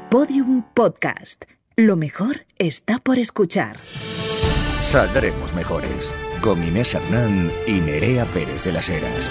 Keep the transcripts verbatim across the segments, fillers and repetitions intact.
Podium Podcast. Lo mejor está por escuchar. Saldremos mejores. Con Inés Hernán y Nerea Pérez de las Heras.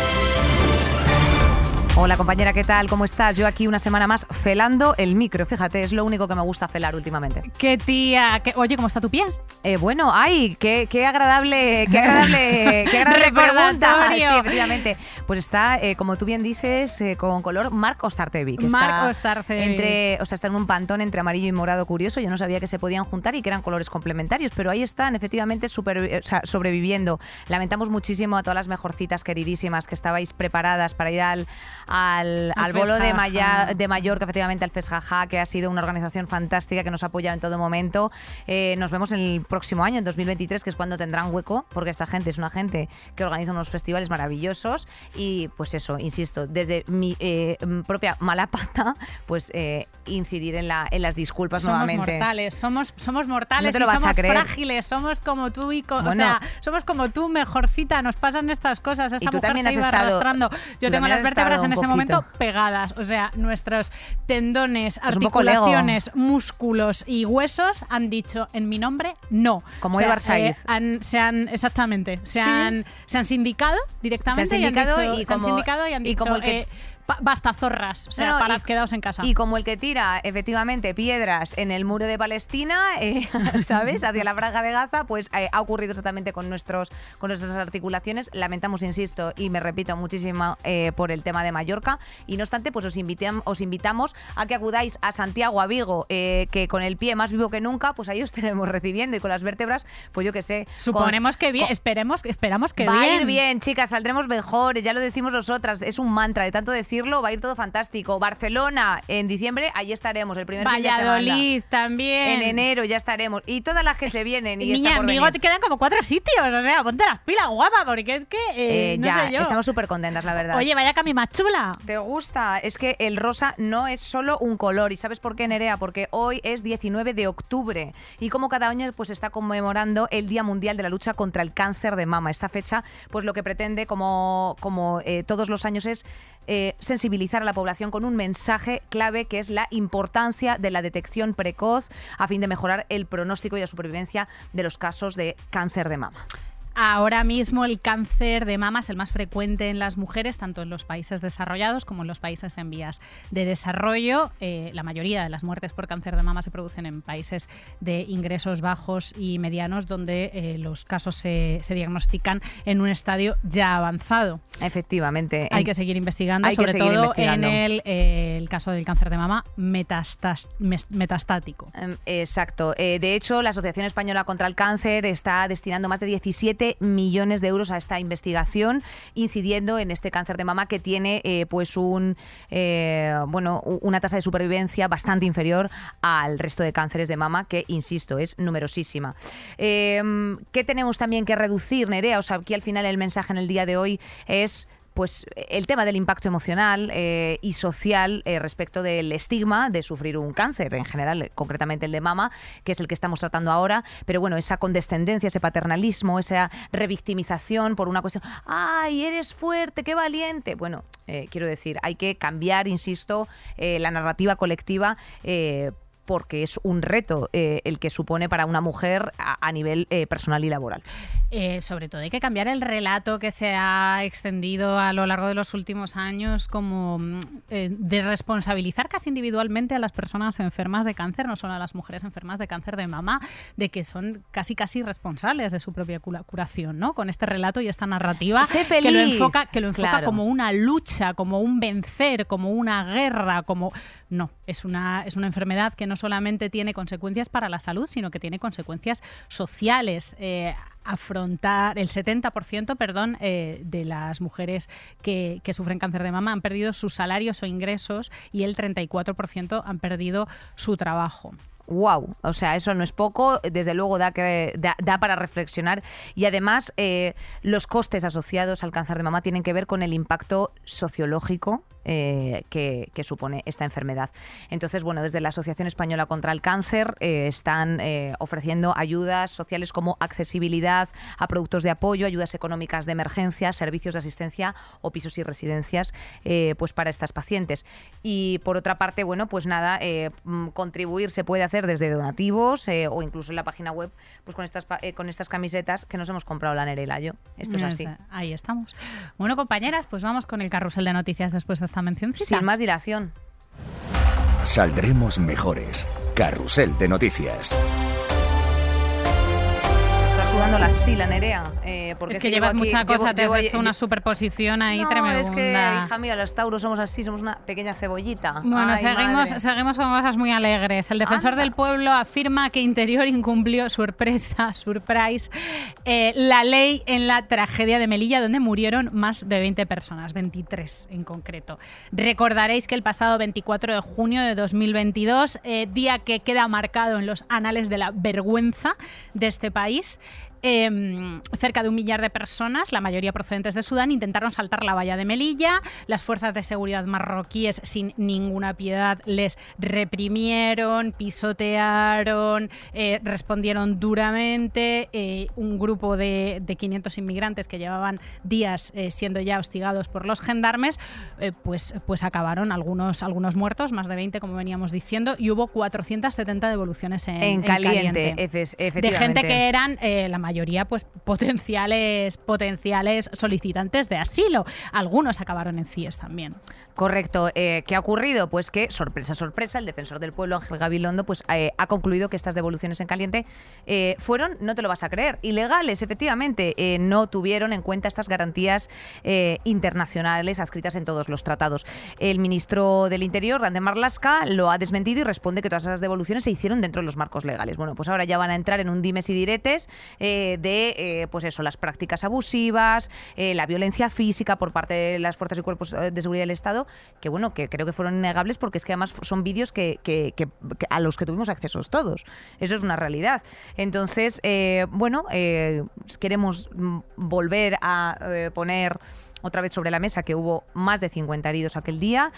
Hola compañera, ¿qué tal? ¿Cómo estás? Yo aquí una semana más felando el micro. Fíjate, es lo único que me gusta felar últimamente. ¡Qué tía! Qué... Oye, ¿cómo está tu piel? Eh, bueno, ay, qué, qué agradable, qué agradable, qué agradable pregunta. Sí, efectivamente. Pues está, eh, como tú bien dices, eh, con color Marc Ostarzhevi. Marc Ostarzhevi. Entre, o sea, está en un pantón entre amarillo y morado curioso. Yo no sabía que se podían juntar y que eran colores complementarios, pero ahí están, efectivamente, super, o sea, sobreviviendo. Lamentamos muchísimo a todas las mejorcitas queridísimas que estabais preparadas para ir al al, al, al bolo de, Maya, de Mallorca, efectivamente al Fesjajá, que ha sido una organización fantástica que nos ha apoyado en todo momento. Eh, nos vemos en el próximo año, en dos mil veintitrés, que es cuando tendrán hueco, porque esta gente es una gente que organiza unos festivales maravillosos y pues eso, insisto, desde mi eh, propia mala pata, pues eh, incidir en, la, en las disculpas somos nuevamente. Mortales, somos, somos mortales, no te lo y vas somos a creer. Frágiles, somos como tú y co- bueno, o sea, somos como tú, mejorcita, nos pasan estas cosas, esta y tú mujer también se has iba estado, arrastrando. Yo tengo las vértebras en este poquito. momento pegadas, o sea, nuestros tendones, pues articulaciones, músculos y huesos han dicho en mi nombre no. Como o sea, Edward Said. Eh, han, se han, exactamente, se, ¿Sí? han, se han sindicado directamente se han sindicado y han dicho, y se como, han sindicado y han dicho, y como el que, eh, basta zorras, o sea, no, no, para y, quedaos en casa. Y como el que tira, efectivamente, piedras en el muro de Palestina, eh, ¿sabes? Hacia la franja de Gaza, pues eh, ha ocurrido exactamente con, nuestros, con nuestras articulaciones. Lamentamos, insisto, y me repito muchísimo eh, por el tema de Mallorca. Y no obstante, pues os, invitam, os invitamos a que acudáis a Santiago, a Vigo, eh, que con el pie más vivo que nunca, pues ahí os tenemos recibiendo y con las vértebras, pues yo qué sé. Suponemos con, que bien, con, esperemos, esperamos que va bien. Va a ir bien, chicas, saldremos mejores, ya lo decimos nosotras, es un mantra, de tanto decirlo, va a ir todo fantástico. Barcelona, en diciembre, allí estaremos, el primer fin de semana. Valladolid también. En enero ya estaremos. Y todas las que se vienen. Y, y niña, en Vigo te quedan como cuatro sitios, o sea, ponte las pilas, guapa, porque es que, eh, eh, no ya, sé yo. estamos súper contentas, la verdad. Oye, vaya cami más chula. ¿Te gusta? Es que el rosa no es solo un color. ¿Y sabes por qué, Nerea? Porque hoy es diecinueve de octubre y como cada año pues está conmemorando el Día Mundial de la Lucha contra el Cáncer de Mama. Esta fecha, pues lo que pretende, como, como eh, todos los años, es eh, sensibilizar a la población con un mensaje clave, que es la importancia de la detección precoz a fin de mejorar el pronóstico y la supervivencia de los casos de cáncer de mama. Ahora mismo el cáncer de mama es el más frecuente en las mujeres, tanto en los países desarrollados como en los países en vías de desarrollo. Eh, la mayoría de las muertes por cáncer de mama se producen en países de ingresos bajos y medianos, donde eh, los casos se, se diagnostican en un estadio ya avanzado. Efectivamente. Hay que seguir investigando, hay sobre que seguir todo investigando. en el, eh, el caso del cáncer de mama metastas, metastático. Exacto. Eh, de hecho, la Asociación Española contra el Cáncer está destinando más de diecisiete millones de euros a esta investigación, incidiendo en este cáncer de mama que tiene eh, pues un eh, bueno una tasa de supervivencia bastante inferior al resto de cánceres de mama, que insisto es numerosísima. Eh, ¿Qué tenemos también que reducir, Nerea? O sea, aquí al final el mensaje en el día de hoy es pues el tema del impacto emocional eh, y social eh, respecto del estigma de sufrir un cáncer, en general, eh, concretamente el de mama, que es el que estamos tratando ahora, pero bueno, esa condescendencia, ese paternalismo, esa revictimización por una cuestión, ¡ay, eres fuerte, qué valiente! Bueno, eh, quiero decir, hay que cambiar, insisto, eh, la narrativa colectiva, eh, porque es un reto eh, el que supone para una mujer a, a nivel eh, personal y laboral. Eh, sobre todo hay que cambiar el relato que se ha extendido a lo largo de los últimos años, como eh, de responsabilizar casi individualmente a las personas enfermas de cáncer, no solo a las mujeres enfermas de cáncer de mama, de que son casi casi responsables de su propia curación, ¿no? Con este relato y esta narrativa sé feliz. que lo enfoca, que lo enfoca Claro. como una lucha, como un vencer, como una guerra, como no, es una, es una enfermedad que no solamente tiene consecuencias para la salud, sino que tiene consecuencias sociales. Eh, afrontar el setenta por ciento perdón, eh, de las mujeres que, que sufren cáncer de mama han perdido sus salarios o ingresos y el treinta y cuatro por ciento han perdido su trabajo. wow, o sea, eso no es poco, desde luego da, que, da, da para reflexionar y además eh, los costes asociados al cáncer de mama tienen que ver con el impacto sociológico Eh, que, que supone esta enfermedad. Entonces, bueno, desde la Asociación Española contra el Cáncer eh, están eh, ofreciendo ayudas sociales como accesibilidad a productos de apoyo, ayudas económicas de emergencia, servicios de asistencia o pisos y residencias eh, pues para estas pacientes. Y por otra parte, bueno, pues nada, eh, contribuir se puede hacer desde donativos eh, o incluso en la página web pues con estas, eh, con estas camisetas que nos hemos comprado la Nerela yo. Esto es así. Ahí estamos. Bueno, compañeras, pues vamos con el carrusel de noticias después de esta mencióncita. Sin más dilación. Saldremos mejores. Carrusel de noticias. Está sudando la sila, Nerea. Eh, porque es que, es que llevas aquí, mucha cosa, llevo, te has llevo, hecho una superposición ahí no, tremenda. Es que, hija mía, los tauros somos así, somos una pequeña cebollita. Bueno, Ay, seguimos, madre. seguimos con cosas muy alegres. El defensor Anda. del pueblo afirma que Interior incumplió, sorpresa, surprise, eh, la ley en la tragedia de Melilla, donde murieron más de veinte personas, veintitrés en concreto. Recordaréis que el pasado veinticuatro de junio de dos mil veintidós, eh, día que queda marcado en los anales de la vergüenza de este país, Eh, cerca de un millar de personas, la mayoría procedentes de Sudán, intentaron saltar la valla de Melilla. Las fuerzas de seguridad marroquíes, sin ninguna piedad, les reprimieron, pisotearon, eh, respondieron duramente. Eh, un grupo de, de quinientos inmigrantes que llevaban días eh, siendo ya hostigados por los gendarmes, eh, pues, pues acabaron algunos, algunos muertos, más de veinte, como veníamos diciendo, y hubo cuatrocientas setenta devoluciones en, En en caliente, caliente. efes- De efectivamente. gente que eran eh, la mayoría pues potenciales potenciales solicitantes de asilo. Algunos acabaron en C I E S también. Correcto. Eh, ¿Qué ha ocurrido? Pues que, sorpresa, sorpresa, el defensor del pueblo, Ángel Gabilondo, pues eh, ha concluido que estas devoluciones en caliente eh, fueron, no te lo vas a creer, ilegales, efectivamente. Eh, no tuvieron en cuenta estas garantías eh, internacionales adscritas en todos los tratados. El ministro del Interior, Grande Marlaska, lo ha desmentido y responde que todas esas devoluciones se hicieron dentro de los marcos legales. Bueno, pues ahora ya van a entrar en un dimes y diretes eh, de, eh, pues eso, las prácticas abusivas, eh, la violencia física por parte de las fuerzas y cuerpos de seguridad del Estado, que bueno, que creo que fueron innegables porque es que además son vídeos que, que, que, que a los que tuvimos acceso todos. Eso es una realidad. Entonces, eh, bueno, eh, queremos volver a eh, poner otra vez sobre la mesa que hubo más de cincuenta heridos aquel día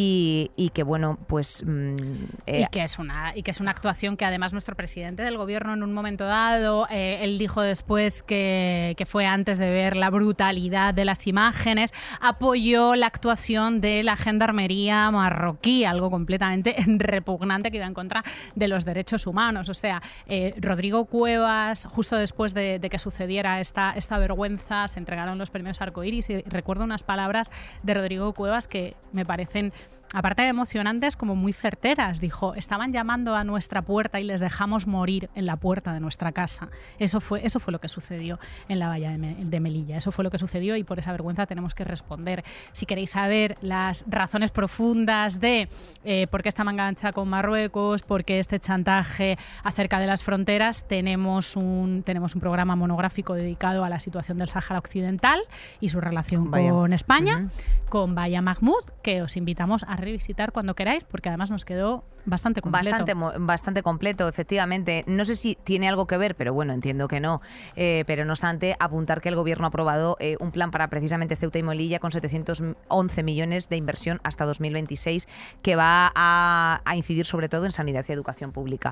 y, y que, bueno, pues... Mmm, eh, y, que es una, y que es una actuación que además nuestro presidente del gobierno en un momento dado, eh, él dijo después que, que fue antes de ver la brutalidad de las imágenes, apoyó la actuación de la gendarmería marroquí, algo completamente repugnante que iba en contra de los derechos humanos. O sea, eh, Rodrigo Cuevas, justo después de, de que sucediera esta, esta vergüenza, se entregaron los premios Arcoiris y recuerdo unas palabras de Rodrigo Cuevas que me parecen, aparte de emocionantes, como muy certeras. Dijo, estaban llamando a nuestra puerta y les dejamos morir en la puerta de nuestra casa. Eso fue, eso fue lo que sucedió en la valla de, Me- de Melilla. Eso fue lo que sucedió y por esa vergüenza tenemos que responder. Si queréis saber las razones profundas de eh, por qué esta manga ancha con Marruecos, por qué este chantaje acerca de las fronteras, tenemos un, tenemos un programa monográfico dedicado a la situación del Sáhara Occidental y su relación Vaya. con España, Uh-huh. con Baya Mahmoud, que os invitamos a revisitar cuando queráis, porque además nos quedó bastante completo. Bastante, mo- bastante completo, efectivamente. No sé si tiene algo que ver, pero bueno, entiendo que no. Eh, pero no obstante, apuntar que el Gobierno ha aprobado eh, un plan para precisamente Ceuta y Melilla con setecientos once millones de inversión hasta dos mil veintiséis, que va a, a incidir sobre todo en sanidad y educación pública.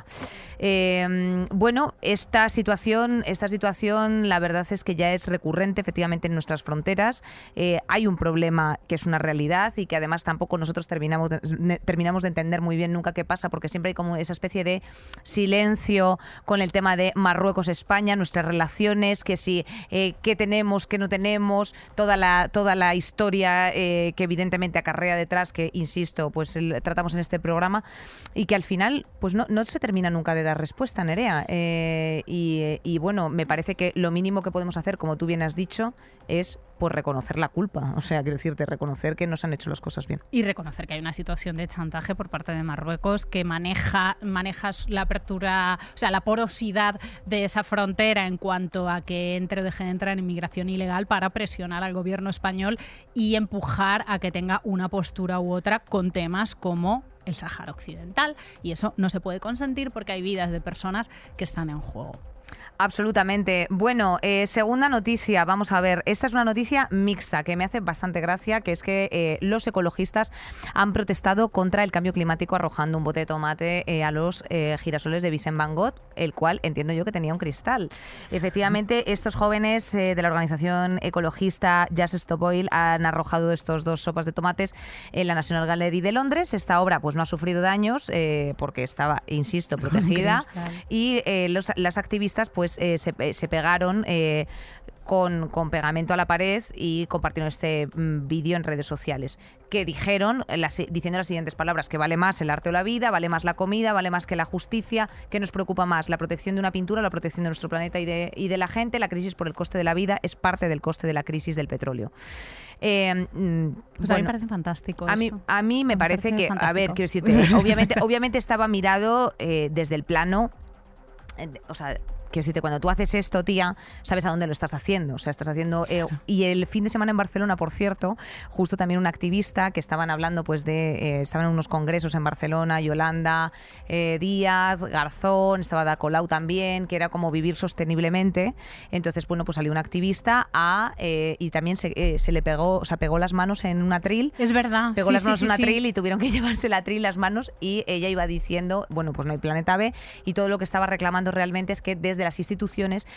Eh, bueno, esta situación, esta situación, la verdad es que ya es recurrente efectivamente en nuestras fronteras. Eh, hay un problema que es una realidad y que además tampoco nosotros terminamos de, ne- terminamos de entender muy bien nunca qué pasa, porque siempre hay como esa especie de silencio con el tema de Marruecos-España, nuestras relaciones, que si eh, qué tenemos, qué no tenemos, toda la toda la historia eh, que evidentemente acarrea detrás, que insisto, pues el- tratamos en este programa y que al final pues no, no se termina nunca de dar respuesta, Nerea. Eh, y, y bueno, me parece que lo mínimo que podemos hacer, como tú bien has dicho, es pues reconocer la culpa. O sea, quiero decirte, reconocer que no se han hecho las cosas bien. Y reconocer que hay una situación de chantaje por parte de Marruecos que maneja, maneja la apertura, o sea, la porosidad de esa frontera en cuanto a que entre o deje de entrar en inmigración ilegal para presionar al gobierno español y empujar a que tenga una postura u otra con temas como el Sáhara Occidental, y eso no se puede consentir porque hay vidas de personas que están en juego. Absolutamente. Bueno, eh, segunda noticia, vamos a ver, esta es una noticia mixta que me hace bastante gracia, que es que eh, los ecologistas han protestado contra el cambio climático arrojando un bote de tomate eh, a los eh, girasoles de Vincent Van Gogh, el cual entiendo yo que tenía un cristal. Efectivamente, estos jóvenes eh, de la organización ecologista Just Stop Oil han arrojado estos dos sopas de tomates en la National Gallery de Londres. Esta obra pues no ha sufrido daños eh, porque estaba, insisto, protegida, y eh, los, las activistas pues Pues, eh, se, se pegaron eh, con, con pegamento a la pared y compartieron este mm, vídeo en redes sociales, que dijeron, las, diciendo las siguientes palabras: que vale más el arte o la vida, vale más la comida, vale más que la justicia, que nos preocupa más la protección de una pintura, la protección de nuestro planeta y de, y de la gente. La crisis por el coste de la vida es parte del coste de la crisis del petróleo. Eh, pues bueno, a mí me parece fantástico. A mí, a mí me, me parece, parece que, fantástico. A ver, quiero decirte, obviamente, obviamente estaba mirado eh, desde el plano, eh, o sea, quiero decirte, cuando tú haces esto, tía, sabes a dónde lo estás haciendo. O sea, estás haciendo... Eh, y el fin de semana en Barcelona, por cierto, justo también una activista que estaban hablando pues de... Eh, estaban en unos congresos en Barcelona, Yolanda eh, Díaz, Garzón, estaba Ada Colau también, que era como vivir sosteniblemente. Entonces, bueno, pues salió una activista a... Eh, y también se, eh, se le pegó, o sea, pegó las manos en un atril. Es verdad. Pegó sí, las manos sí, en un sí, atril sí. y tuvieron que llevarse el atril, las manos, y ella iba diciendo, bueno, pues no hay planeta B, y todo lo que estaba reclamando realmente es que desde las instituciones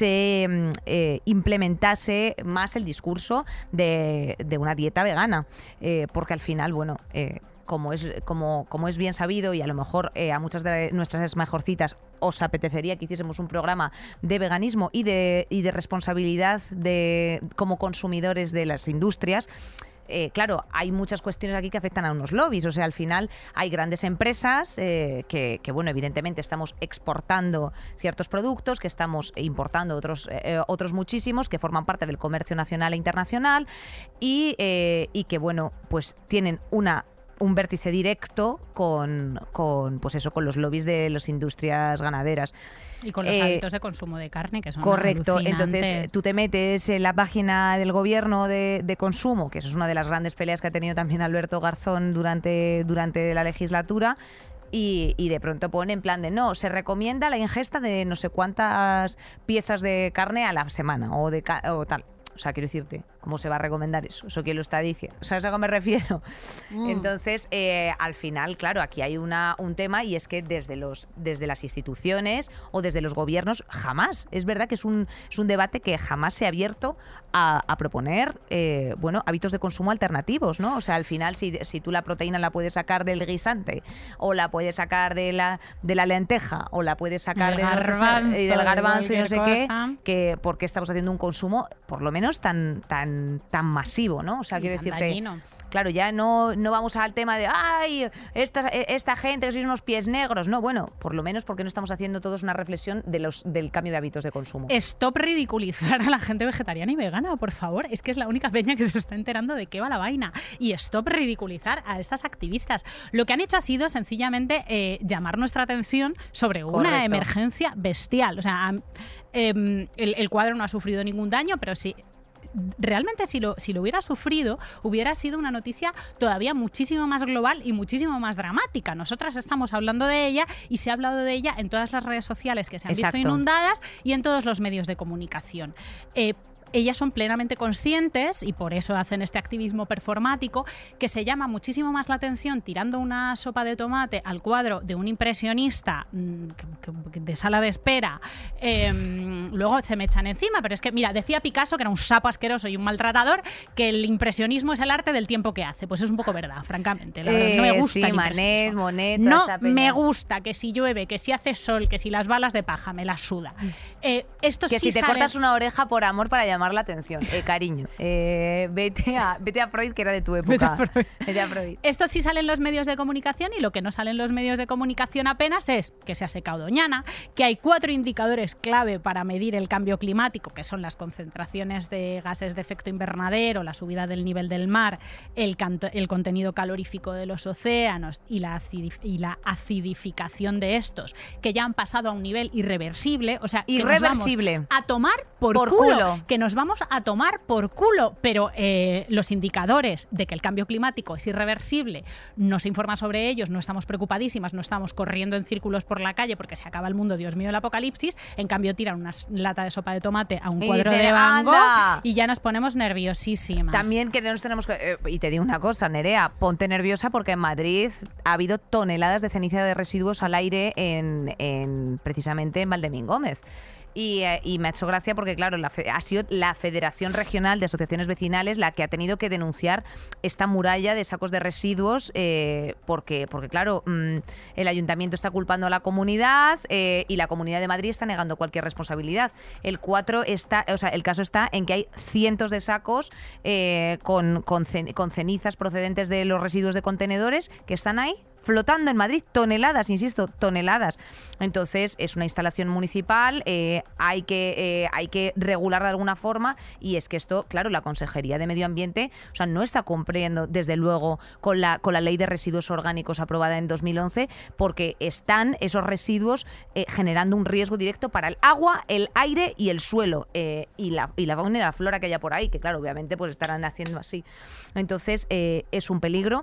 se eh, implementase más el discurso de, de una dieta vegana, eh, porque al final, bueno, eh, como es como como es bien sabido, y a lo mejor eh, a muchas de nuestras mejorcitas os apetecería que hiciésemos un programa de veganismo y de y de responsabilidad de como consumidores de las industrias. Eh, claro, hay muchas cuestiones aquí que afectan a unos lobbies. O sea, al final hay grandes empresas eh, que, que, bueno, evidentemente estamos exportando ciertos productos, que estamos importando otros, eh, otros muchísimos, que forman parte del comercio nacional e internacional, y, eh, y que, bueno, pues tienen una un vértice directo con, con, pues eso, con los lobbies de las industrias ganaderas. Y con los eh, hábitos de consumo de carne, que son correcto. alucinantes. Entonces, tú te metes en la página del gobierno de, de consumo, que eso es una de las grandes peleas que ha tenido también Alberto Garzón durante, durante la legislatura, y, y de pronto pone en plan de no, se recomienda la ingesta de no sé cuántas piezas de carne a la semana o, de, o tal. O sea, quiero decirte, ¿cómo se va a recomendar eso? ¿Eso quién lo está diciendo? ¿Sabes a qué me refiero? Mm. Entonces, eh, al final, claro, aquí hay una, un tema, y es que desde, los, desde las instituciones o desde los gobiernos jamás, es verdad que es un, es un debate que jamás se ha abierto a, a proponer, eh, bueno, hábitos de consumo alternativos, ¿no? O sea, al final, si, si tú la proteína la puedes sacar del guisante, o la puedes sacar de la, de la lenteja, o la puedes sacar de garbanzo, y del garbanzo y no sé cosa. qué, que ¿por qué estamos haciendo un consumo, por lo menos, tan tan tan masivo, ¿no? O sea, y quiero decirte, dañino. Claro, ya no, no vamos al tema de ¡ay! Esta, esta gente que sois unos pies negros. No, bueno, por lo menos porque no estamos haciendo todos una reflexión de los, del cambio de hábitos de consumo. Stop ridiculizar a la gente vegetariana y vegana, por favor. Es que es la única peña que se está enterando de qué va la vaina. Y stop ridiculizar a estas activistas. Lo que han hecho ha sido sencillamente eh, llamar nuestra atención sobre una Correcto. emergencia bestial. O sea, eh, el, el cuadro no ha sufrido ningún daño, pero sí... Realmente si lo, si lo hubiera sufrido, hubiera sido una noticia todavía muchísimo más global y muchísimo más dramática. Nosotras estamos hablando de ella y se ha hablado de ella en todas las redes sociales que se han Exacto. visto inundadas y en todos los medios de comunicación. Eh, ellas son plenamente conscientes, y por eso hacen este activismo performático, que se llama muchísimo más la atención tirando una sopa de tomate al cuadro de un impresionista mmm, de sala de espera. Eh, luego se me echan encima, pero es que, mira, decía Picasso, que era un sapo asqueroso y un maltratador, que el impresionismo es el arte del tiempo que hace. Pues es un poco verdad, francamente. La verdad, eh, no me gusta sí, el Manet, Monet, No esta peña. me gusta que si llueve, que si hace sol, que si las balas de paja, me las suda. Eh, esto que sí si te sale... cortas una oreja por amor para llamar la atención, eh, cariño, eh, vete, a, vete a Freud, que era de tu época. Vete a Freud. Vete a Freud. Esto sí sale en los medios de comunicación, y lo que no sale en los medios de comunicación apenas es que se ha secado Doñana, que hay cuatro indicadores clave para medir el cambio climático, que son las concentraciones de gases de efecto invernadero, la subida del nivel del mar, el, canto, el contenido calorífico de los océanos y la, acidif y la acidificación de estos, que ya han pasado a un nivel irreversible. O sea, que irreversible. Nos vamos a tomar por, por culo, culo que nos nos vamos a tomar por culo. Pero eh, los indicadores de que el cambio climático es irreversible, no se informa sobre ellos, no estamos preocupadísimas, no estamos corriendo en círculos por la calle porque se acaba el mundo, Dios mío, el apocalipsis. En cambio tiran una lata de sopa de tomate a un y cuadro dicen, de Van Gogh ¡anda! Y ya nos ponemos nerviosísimas. También que nos tenemos que... Eh, y te digo una cosa, Nerea, ponte nerviosa porque en Madrid ha habido toneladas de ceniza de residuos al aire en, en precisamente en Valdemín Gómez. Y, eh, y me ha hecho gracia porque, claro, la fe, ha sido la Federación Regional de Asociaciones Vecinales la que ha tenido que denunciar esta muralla de sacos de residuos eh, porque, porque, claro, mmm, el ayuntamiento está culpando a la comunidad eh, y la Comunidad de Madrid está negando cualquier responsabilidad. El cuatro está, o sea, el caso está en que hay cientos de sacos eh, con, con, cen, con cenizas procedentes de los residuos de contenedores que están ahí flotando en Madrid, toneladas, insisto, toneladas. Entonces, es una instalación municipal, eh, hay, que, eh, hay que regular de alguna forma y es que esto, claro, la Consejería de Medio Ambiente, o sea, no está cumpliendo, desde luego, con la, con la Ley de Residuos Orgánicos aprobada en dos mil once, porque están esos residuos eh, generando un riesgo directo para el agua, el aire y el suelo, eh, y, la, y la fauna y la flora que haya por ahí, que claro, obviamente, pues estarán haciendo así. Entonces, eh, es un peligro.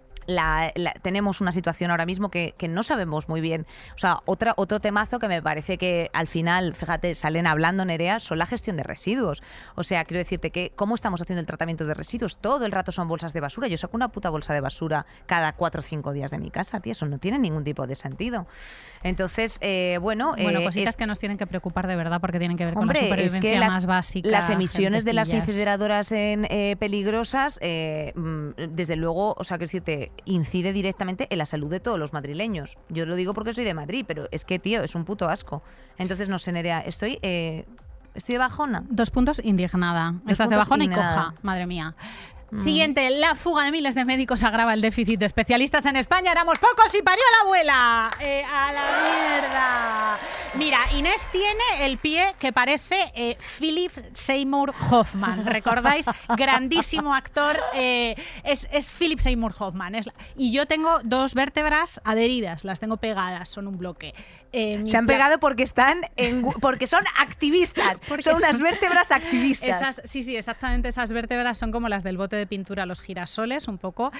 La, la, tenemos una situación ahora mismo que, que no sabemos muy bien. O sea, otra, otro temazo que me parece que al final, fíjate, salen hablando, Nerea, son la gestión de residuos. O sea, quiero decirte que cómo estamos haciendo el tratamiento de residuos. Todo el rato son bolsas de basura. Yo saco una puta bolsa de basura cada cuatro o cinco días de mi casa, tío. Eso no tiene ningún tipo de sentido. Entonces, eh, bueno... Bueno, eh, cositas es, que nos tienen que preocupar de verdad porque tienen que ver hombre, con la supervivencia es que las, más básica. Las emisiones de las gentecillas. incineradoras en, eh, peligrosas, eh, desde luego, o sea, quiero decirte, incide directamente en la salud de todos los madrileños. Yo lo digo porque soy de Madrid, pero es que, tío, es un puto asco. Entonces, no sé, Nerea, estoy... Eh, estoy de bajona. Dos puntos, indignada. Dos Estás de puntos, bajona indignada. y coja, madre mía. Mm. Siguiente, la fuga de miles de médicos agrava el déficit de especialistas en España. Éramos pocos y parió la abuela. Eh, a la mierda. Mira, Inés tiene el pie que parece eh, Philip Seymour Hoffman. ¿Recordáis? Grandísimo actor. Eh, es, es Philip Seymour Hoffman. Es la, y yo tengo dos vértebras adheridas, las tengo pegadas, son un bloque. Eh, Se han pegado porque están en, porque son activistas. Porque son son unas vértebras activistas. Esas, sí, sí, exactamente. Esas vértebras son como las del bote de pintura, los girasoles, un poco.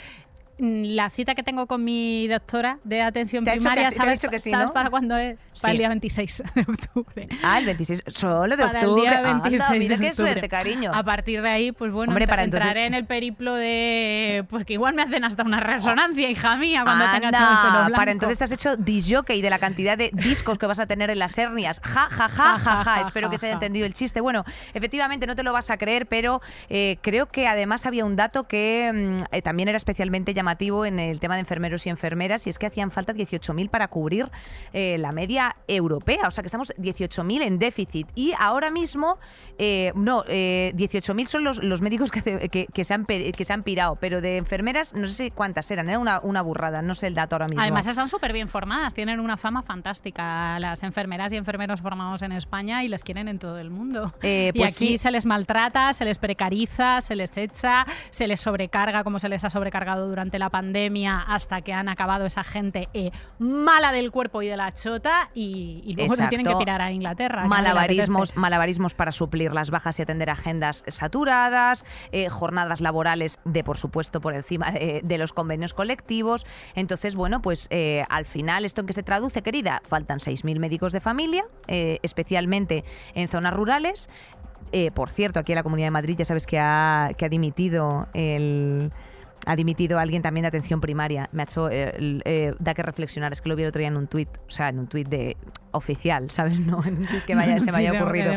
La cita que tengo con mi doctora de atención ¿Te primaria, sí, ¿sabes, que sí, ¿sabes ¿no? para cuándo es? Sí. Para el día veintiséis de octubre. Ah, el veintiséis, solo de para octubre. El día veintiséis Anda, mira de qué octubre. suerte, cariño. A partir de ahí, pues bueno, Hombre, para entraré entonces... en el periplo de... Pues que igual me hacen hasta una resonancia, hija mía, cuando Anda, tenga todo el pelo blanco. para entonces has hecho disjockey de la cantidad de discos que vas a tener en las hernias. Ja, ja, ja, ja, ja. Espero que se haya entendido el chiste. Bueno, efectivamente, no te lo vas a creer, pero eh, creo que además había un dato que mm, eh, también era especialmente llamativo en el tema de enfermeros y enfermeras, y es que hacían falta dieciocho mil para cubrir eh, la media europea. O sea, que estamos dieciocho mil en déficit. Y ahora mismo, eh, no, eh, dieciocho mil son los, los médicos que, que, que, se han, que se han pirado, pero de enfermeras no sé cuántas eran, era una, una burrada, no sé el dato ahora mismo. Además están súper bien formadas, tienen una fama fantástica las enfermeras y enfermeros formados en España y les quieren en todo el mundo. Eh, y pues aquí sí. se les maltrata, se les precariza, se les echa, se les sobrecarga como se les ha sobrecargado durante la pandemia hasta que han acabado esa gente eh, mala del cuerpo y de la chota y, y luego se tienen que pirar a Inglaterra. Malabarismos, malabarismos para suplir las bajas y atender agendas saturadas, eh, jornadas laborales de, por supuesto, por encima de, de los convenios colectivos. Entonces, bueno, pues eh, al final, ¿esto en qué se traduce, querida? Faltan seis mil médicos de familia, eh, especialmente en zonas rurales. Eh, por cierto, aquí en la Comunidad de Madrid ya sabes que ha, que ha dimitido el... Ha dimitido a alguien también de atención primaria. Me ha hecho... Eh, eh, da que reflexionar. Es que lo vi el otro día en un tuit. O sea, en un tuit de oficial, ¿sabes? No en un tuit que vaya, se me haya ocurrido.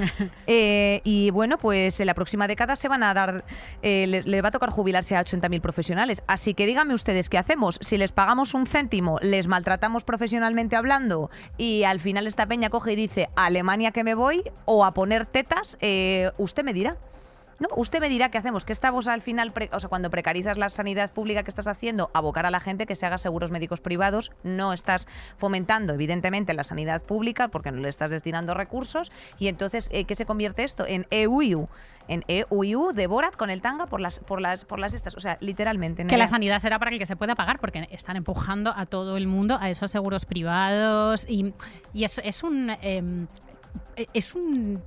Eh, y bueno, pues en la próxima década se van a dar... Eh, le, le va a tocar jubilarse a ochenta mil profesionales. Así que díganme ustedes qué hacemos. Si les pagamos un céntimo, les maltratamos profesionalmente hablando y al final esta peña coge y dice a Alemania que me voy o a poner tetas, eh, usted me dirá. No, usted me dirá qué hacemos, que estamos al final, pre- o sea, cuando precarizas la sanidad pública que estás haciendo, abocar a la gente que se haga seguros médicos privados, no estás fomentando evidentemente la sanidad pública porque no le estás destinando recursos y entonces, eh, ¿qué se convierte esto? En E U I U, en E U I U de Borat con el tanga por las por las por las estas, o sea, literalmente. Que la sanidad será para el que se pueda pagar porque están empujando a todo el mundo a esos seguros privados y, y es, es un... Eh, es un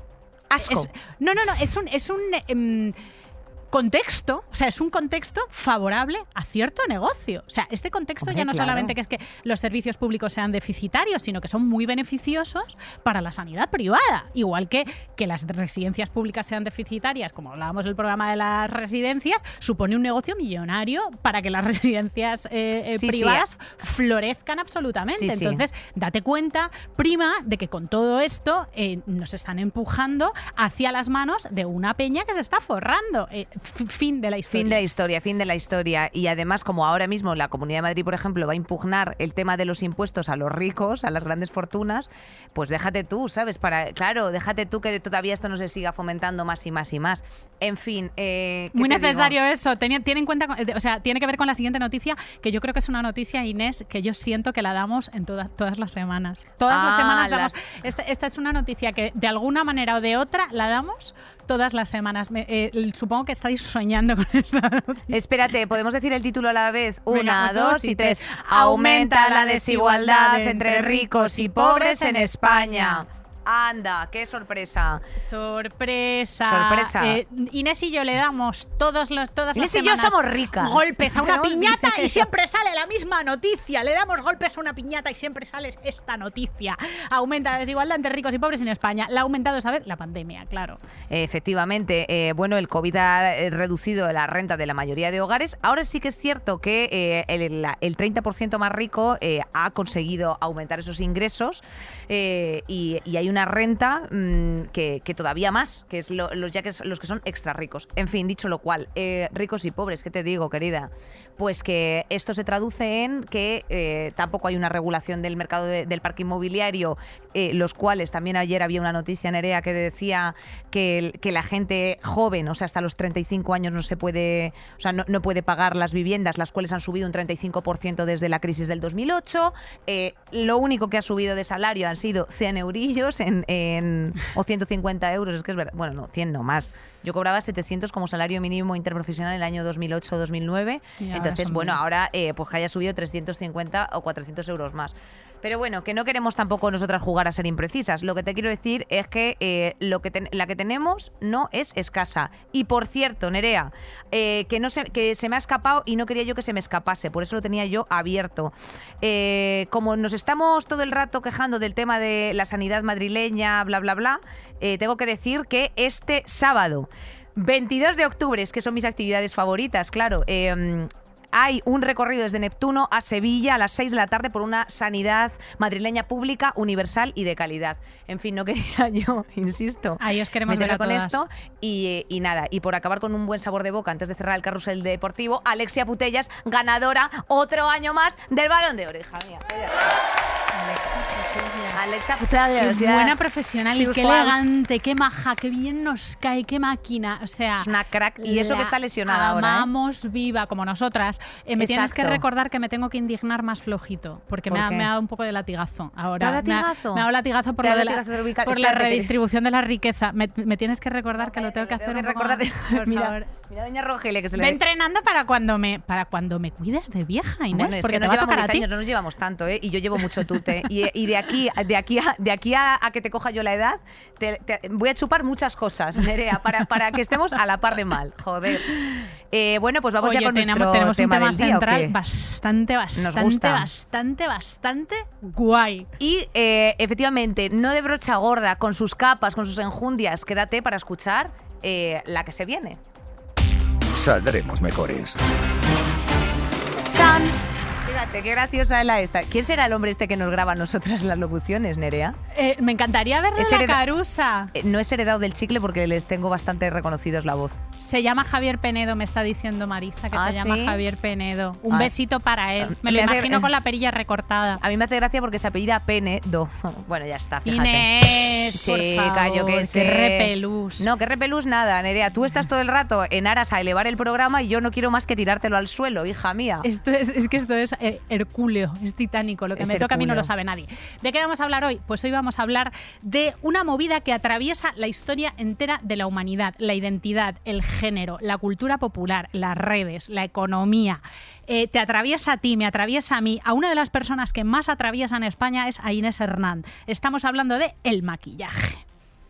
Asco. Es, no, no, no, es un... Es un um, contexto, o sea, es un contexto favorable a cierto negocio. O sea, este contexto Hombre, ya no claro. solamente que es que los servicios públicos sean deficitarios, sino que son muy beneficiosos para la sanidad privada. Igual que que las residencias públicas sean deficitarias, como hablábamos del programa de las residencias, supone un negocio millonario para que las residencias eh, eh, sí, privadas sí. florezcan absolutamente. Sí, Entonces, sí. date cuenta, prima, de que con todo esto eh, nos están empujando hacia las manos de una peña que se está forrando. Eh, Fin de la historia. Fin de la historia, fin de la historia. Y además, como ahora mismo la Comunidad de Madrid, por ejemplo, va a impugnar el tema de los impuestos a los ricos, a las grandes fortunas, pues déjate tú, ¿sabes? Para, claro, déjate tú que todavía esto no se siga fomentando más y más y más. En fin, eh, muy necesario digo? eso. Ten, tiene en cuenta, o sea, tiene que ver con la siguiente noticia, que yo creo que es una noticia, Inés, que yo siento que la damos en todas todas las semanas. Todas ah, las semanas damos. Las... Esta, esta es una noticia que de alguna manera o de otra la damos todas las semanas. Me, eh, supongo que estáis soñando con esta noticia. Espérate, ¿podemos decir el título a la vez? Una, Venga, dos, dos y tres. Aumenta la desigualdad entre ricos y pobres en España. Anda, qué sorpresa. Sorpresa. Sorpresa. Eh, Inés y yo le damos todos los, todas Inés las y yo semanas somos ricas. golpes a una piñata y siempre sale la misma noticia. Le damos golpes a una piñata y siempre sale esta noticia. Aumenta la desigualdad entre ricos y pobres en España. La ha aumentado esta vez la pandemia, claro. Efectivamente. Eh, bueno, el COVID ha reducido la renta de la mayoría de hogares. Ahora sí que es cierto que eh, el, el treinta por ciento más rico eh, ha conseguido aumentar esos ingresos eh, y, y hay una renta mmm, que, que todavía más, que es lo, los ya que los que son extra ricos. En fin, dicho lo cual, eh, ricos y pobres, ¿qué te digo, querida? Pues que esto se traduce en que eh, tampoco hay una regulación del mercado de, del parque inmobiliario, eh, los cuales también ayer había una noticia, Nerea, que decía que, el, que la gente joven, o sea, hasta los treinta y cinco años no se puede, o sea, no, no puede pagar las viviendas, las cuales han subido un treinta y cinco por ciento desde la crisis del dos mil ocho. Eh, lo único que ha subido de salario han sido cien eurillos en, en, o ciento cincuenta euros, es que es verdad, bueno, no, cien no más. Yo cobraba setecientos como salario mínimo interprofesional en el año dos mil ocho dos mil nueve, entonces, bueno, bien. ahora eh, pues que haya subido trescientos cincuenta o cuatrocientos euros más. Pero bueno, que no queremos tampoco nosotras jugar a ser imprecisas. Lo que te quiero decir es que eh, lo que ten, la que tenemos no es escasa. Y por cierto, Nerea, eh, que, no se, que se me ha escapado y no quería yo que se me escapase, por eso lo tenía yo abierto. Eh, como nos estamos todo el rato quejando del tema de la sanidad madrileña, bla, bla, bla, eh, tengo que decir que este sábado, veintidós de octubre, que son mis actividades favoritas, claro, eh, hay un recorrido desde Neptuno a Sevilla a las seis de la tarde por una sanidad madrileña pública, universal y de calidad. En fin, no quería yo, insisto, ahí os queremos ver a con todas. esto. Y, y nada, y por acabar con un buen sabor de boca, antes de cerrar el carrusel deportivo, Alexia Putellas, ganadora otro año más del Balón de Oro, hija mía. Alexa Putellas. Qué buena profesional y qué elegante, qué maja, qué bien nos cae, qué máquina. O sea, es una crack. Y eso que está lesionada ahora. Amamos ¿eh? viva, como nosotras. Eh, me Exacto. tienes que recordar que me tengo que indignar más flojito, porque ¿Por me, ha, me ha dado un poco de latigazo. Ahora, ¿Te latigazo? Me ha dado latigazo por, lo de la, por la redistribución de la riqueza. Me, me tienes que recordar no, que lo tengo que hacer. Tengo que recordar. Por mira, favor. Mira, doña Rogelia, que se le... Ve entrenando para cuando me para cuando me cuides de vieja, Inés, bueno, es porque que nos llevamos diez años, no nos llevamos tanto, ¿eh? Y yo llevo mucho tute. Y, y de aquí, de aquí, a, de aquí a, a que te coja yo la edad, te, te, voy a chupar muchas cosas, Nerea, para, para que estemos a la par de mal. Joder. Eh, bueno, pues vamos Oye, ya con tenemos, nuestro tenemos tema, un tema del día, central ¿o qué? bastante, bastante, bastante, bastante guay. Y eh, efectivamente, no de brocha gorda, con sus capas, con sus enjundias, quédate para escuchar eh, la que se viene. Saldremos mejores. ¡Chan! Fíjate, qué graciosa es la esta. ¿Quién será el hombre este que nos graba a nosotras las locuciones, Nerea? Eh, me encantaría verle la carusa. Eh, no es heredado del chicle porque les tengo bastante reconocidos la voz. Se llama Javier Penedo, me está diciendo Marisa, que ¿Ah, se llama sí? Javier Penedo. Un ah. besito para él. Me, me lo hace... imagino con la perilla recortada. A mí me hace gracia porque se apellida Penedo. Bueno, ya está, fíjate. Inés, Chica, por favor, yo qué sé. Qué repelús. No, qué repelús nada, Nerea. Tú estás todo el rato en aras a elevar el programa y yo no quiero más que tirártelo al suelo, hija mía. Esto es, es que esto es eh, hercúleo. Es titánico, lo que es me toca a mí no culo. lo sabe nadie. ¿De qué vamos a hablar hoy? Pues hoy vamos a hablar de una movida que atraviesa la historia entera de la humanidad, la identidad, el género, la cultura popular, las redes, la economía. Eh, te atraviesa a ti, me atraviesa a mí. A una de las personas que más atraviesan España es a Inés Hernán. Estamos hablando de el maquillaje.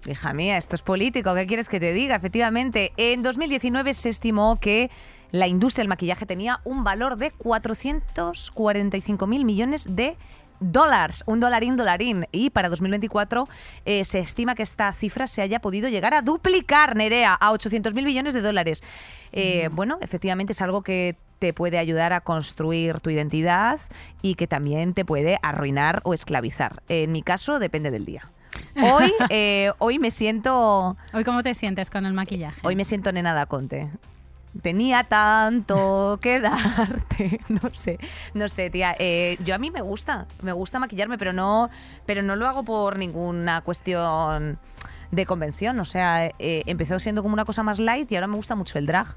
Hija mía, esto es político, ¿qué quieres que te diga? Efectivamente, en dos mil diecinueve se estimó que la industria del maquillaje tenía un valor de cuatrocientos cuarenta y cinco mil millones de dólares, un dolarín, dolarín. Y para dos mil veinticuatro eh, se estima que esta cifra se haya podido llegar a duplicar, Nerea, a ochocientos mil millones de dólares. Eh, mm. Bueno, efectivamente es algo que te puede ayudar a construir tu identidad y que también te puede arruinar o esclavizar. En mi caso, depende del día. Hoy, eh, hoy me siento... ¿Hoy cómo te sientes con el maquillaje? Hoy me siento Nena Daconte. Tenía tanto que darte, no sé, no sé, tía. Eh, yo a mí me gusta, me gusta maquillarme, pero no, pero no lo hago por ninguna cuestión de convención. O sea, eh, empezó siendo como una cosa más light y ahora me gusta mucho el drag.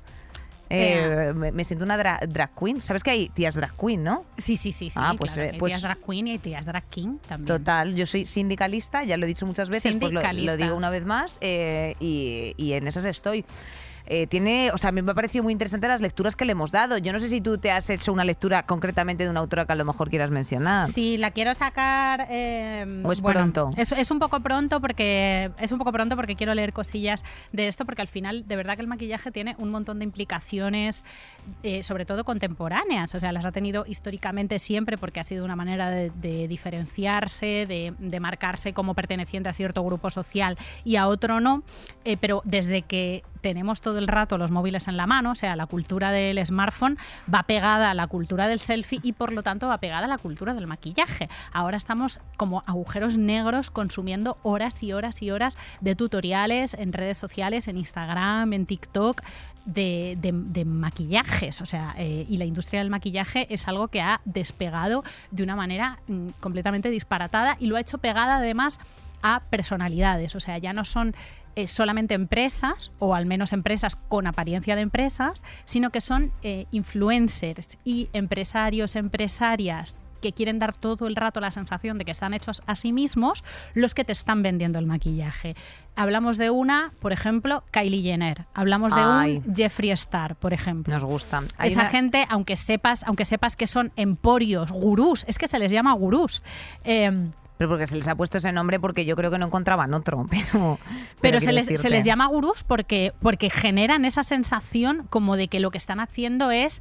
Eh, me, me siento una dra drag queen. ¿Sabes que hay tías drag queen, no? Sí, sí, sí. sí ah, pues, claro, eh, hay pues, tías drag queen y hay tías drag king también. Total, yo soy sindicalista, ya lo he dicho muchas veces, pues lo, lo digo una vez más eh, y, y en esas estoy. Eh, tiene, o sea, me ha parecido muy interesante las lecturas que le hemos dado. Yo no sé si tú te has hecho una lectura concretamente de una autora que a lo mejor quieras mencionar. Sí, la quiero sacar. Eh, ¿O es bueno, pronto? Es, es un poco pronto porque es un poco pronto porque quiero leer cosillas de esto, porque al final de verdad que el maquillaje tiene un montón de implicaciones, eh, sobre todo contemporáneas. O sea, las ha tenido históricamente siempre porque ha sido una manera de, de diferenciarse, de, de marcarse como perteneciente a cierto grupo social y a otro no. Eh, pero desde que tenemos todo el rato los móviles en la mano, o sea, la cultura del smartphone va pegada a la cultura del selfie y por lo tanto va pegada a la cultura del maquillaje. Ahora estamos como agujeros negros consumiendo horas y horas y horas de tutoriales en redes sociales, en Instagram, en TikTok, de, de, de maquillajes. O sea, eh, y la industria del maquillaje es algo que ha despegado de una manera mm, completamente disparatada y lo ha hecho pegada además a personalidades. O sea, ya no son Eh, solamente empresas, o al menos empresas con apariencia de empresas, sino que son eh, influencers y empresarios, empresarias que quieren dar todo el rato la sensación de que están hechos a sí mismos los que te están vendiendo el maquillaje. Hablamos de una, por ejemplo, Kylie Jenner. Hablamos de Ay. un Jeffree Star, por ejemplo. Nos gusta. Hay Esa una... gente, aunque sepas, aunque sepas que son emporios, gurús, es que se les llama gurús. Eh, Pero porque se les ha puesto ese nombre porque yo creo que no encontraban otro. Pero, pero, pero se, les, se les llama gurús porque, porque generan esa sensación como de que lo que están haciendo es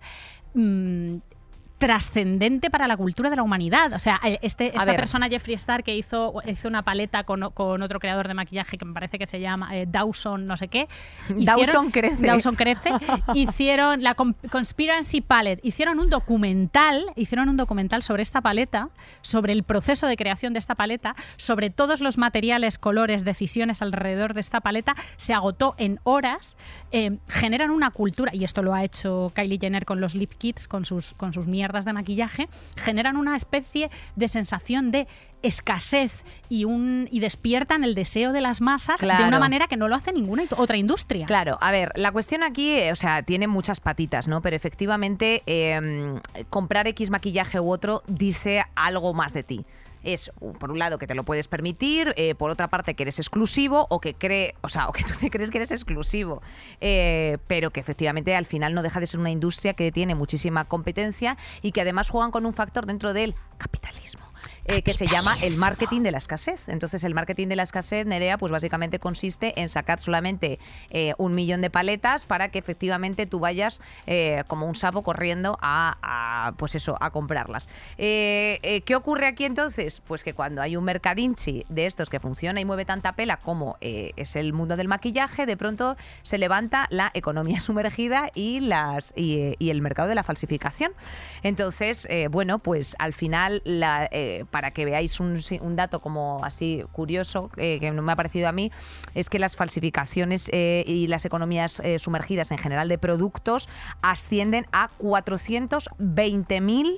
Mmm, trascendente para la cultura de la humanidad. O sea, este, esta ver. persona, Jeffree Star, que hizo, hizo una paleta con, con otro creador de maquillaje que me parece que se llama eh, Dawson no sé qué. Hicieron, Dawson crece. Dawson crece. Hicieron la Conspiracy Palette. Hicieron un documental, hicieron un documental sobre esta paleta, sobre el proceso de creación de esta paleta, sobre todos los materiales, colores, decisiones alrededor de esta paleta. Se agotó en horas. Eh, generan una cultura, y esto lo ha hecho Kylie Jenner con los lip kits, con sus, con sus mierdas de maquillaje, generan una especie de sensación de escasez y un y despiertan el deseo de las masas claro. de una manera que no lo hace ninguna otra industria. Claro, a ver, la cuestión aquí, o sea, tiene muchas patitas, ¿no? Pero efectivamente eh, comprar X maquillaje u otro dice algo más de ti. Es, por un lado, que te lo puedes permitir, eh, por otra parte, que eres exclusivo o que cree, o sea, o que tú te crees que eres exclusivo, eh, pero que efectivamente al final no deja de ser una industria que tiene muchísima competencia y que además juegan con un factor dentro del capitalismo. Eh, que se llama el marketing de la escasez. Entonces, el marketing de la escasez, Nerea, pues básicamente consiste en sacar solamente eh, un millón de paletas para que efectivamente tú vayas eh, como un sapo corriendo a, a pues eso, a comprarlas. Eh, eh, ¿Qué ocurre aquí entonces? Pues que cuando hay un mercadinchi de estos que funciona y mueve tanta pela como eh, es el mundo del maquillaje, de pronto se levanta la economía sumergida y las y, y el mercado de la falsificación. Entonces, eh, bueno, pues al final la eh, para que veáis un, un dato como así curioso, eh, que no me ha parecido a mí, es que las falsificaciones eh, y las economías eh, sumergidas en general de productos ascienden a cuatrocientos veinte mil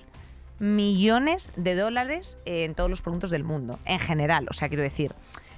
millones de dólares en todos los productos del mundo, en general. O sea, quiero decir,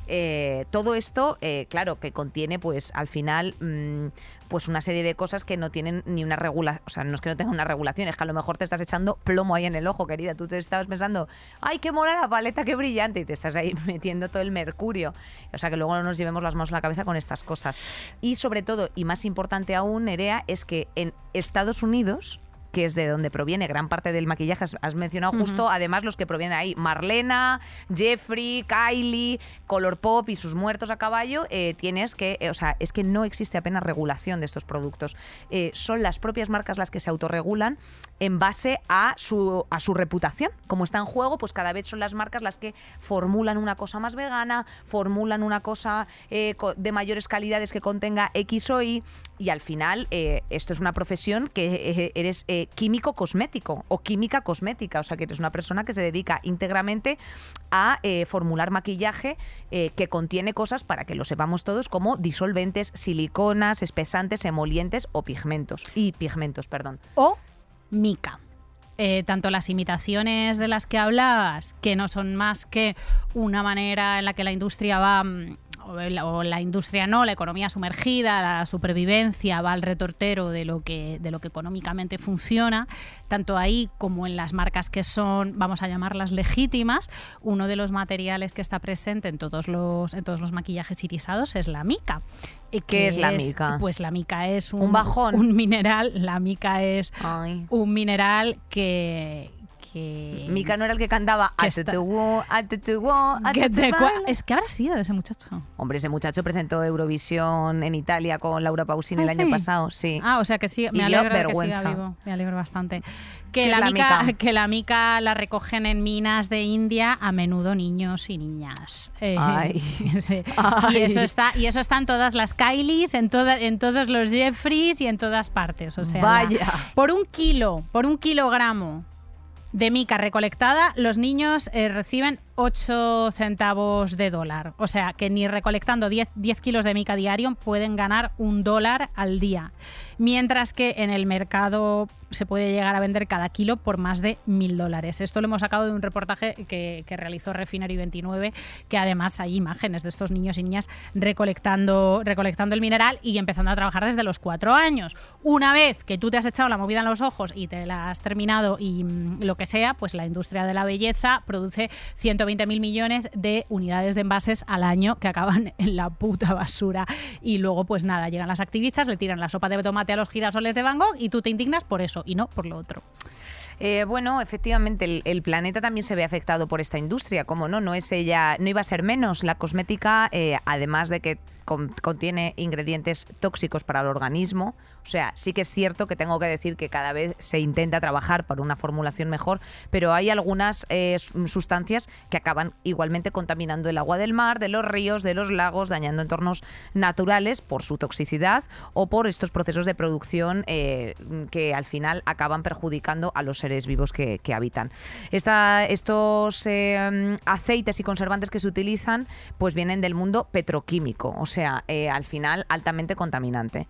eh, todo esto, eh, claro, que contiene, pues, al final, mmm, pues una serie de cosas que no tienen ni una regulación, o sea, no es que no tengan una regulación, es que a lo mejor te estás echando plomo ahí en el ojo, querida. Tú te estabas pensando, ¡ay, qué mola la paleta, qué brillante! Y te estás ahí metiendo todo el mercurio. O sea, que luego no nos llevemos las manos a la cabeza con estas cosas. Y sobre todo, y más importante aún, Nerea, es que en Estados Unidos, que es de donde proviene gran parte del maquillaje. Has, has mencionado uh-huh. justo, además, los que provienen ahí. Marlena, Jeffree, Kylie, Colourpop y sus muertos a caballo. Eh, tienes que, eh, o sea, es que no existe apenas regulación de estos productos. Eh, son las propias marcas las que se autorregulan en base a su, a su reputación. Como está en juego, pues cada vez son las marcas las que formulan una cosa más vegana, formulan una cosa eh, de mayores calidades que contenga X o Y, y al final eh, esto es una profesión que eh, eres eh, químico cosmético o química cosmética, o sea que eres una persona que se dedica íntegramente a eh, formular maquillaje eh, que contiene cosas, para que lo sepamos todos, como disolventes, siliconas, espesantes, emolientes o pigmentos. Y pigmentos, perdón. O mica. Eh, tanto las imitaciones de las que hablabas, que no son más que una manera en la que la industria va, o la, o la industria no, la economía sumergida, la supervivencia va al retortero de lo que, de lo que económicamente funciona, tanto ahí como en las marcas que son, vamos a llamarlas legítimas. Uno de los materiales que está presente en todos los, en todos los maquillajes irisados es la mica. ¿Qué que es la mica? Pues la mica es un, un bajón, un mineral. La mica es Ay. un mineral que, que Mica no era el que cantaba que está, es que habrá sido ese muchacho. Hombre, ese muchacho presentó Eurovisión en Italia con Laura Pausini ¿Ah, el sí? año pasado, sí. Ah, o sea que sí, me alegro de que siga vivo, me alegro bastante. Que la, la mica, mica? que la mica la recogen en minas de India, a menudo niños y niñas. Eh, Ay. sí. Ay. Y eso está, y eso está en todas las Kylies, en toda, en todos los Jeffrees y en todas partes. O sea, vaya. La, por un kilo, por un kilogramo de mica recolectada, los niños eh, reciben ocho centavos de dólar. O sea, que ni recolectando diez, diez kilos de mica diario pueden ganar un dólar al día. Mientras que en el mercado se puede llegar a vender cada kilo por más de mil dólares. Esto lo hemos sacado de un reportaje que, que realizó Refinery veintinueve, que además hay imágenes de estos niños y niñas recolectando, recolectando el mineral y empezando a trabajar desde los cuatro años. Una vez que tú te has echado la movida en los ojos y te la has terminado y mmm, lo que sea, pues la industria de la belleza produce ciento veinte mil millones de unidades de envases al año que acaban en la puta basura. Y luego, pues nada, llegan las activistas, le tiran la sopa de tomate a los girasoles de Van Gogh y tú te indignas por eso y no por lo otro. Eh, bueno, efectivamente, el, el planeta también se ve afectado por esta industria. ¿Cómo no? No es ella, no iba a ser menos. La cosmética, eh, además de que con, contiene ingredientes tóxicos para el organismo, o sea, sí que es cierto que tengo que decir que cada vez se intenta trabajar por una formulación mejor, pero hay algunas eh, sustancias que acaban igualmente contaminando el agua del mar, de los ríos, de los lagos, dañando entornos naturales por su toxicidad o por estos procesos de producción eh, que al final acaban perjudicando a los seres vivos que, que habitan. Esta, estos eh, aceites y conservantes que se utilizan pues vienen del mundo petroquímico, o sea, eh, al final altamente contaminante.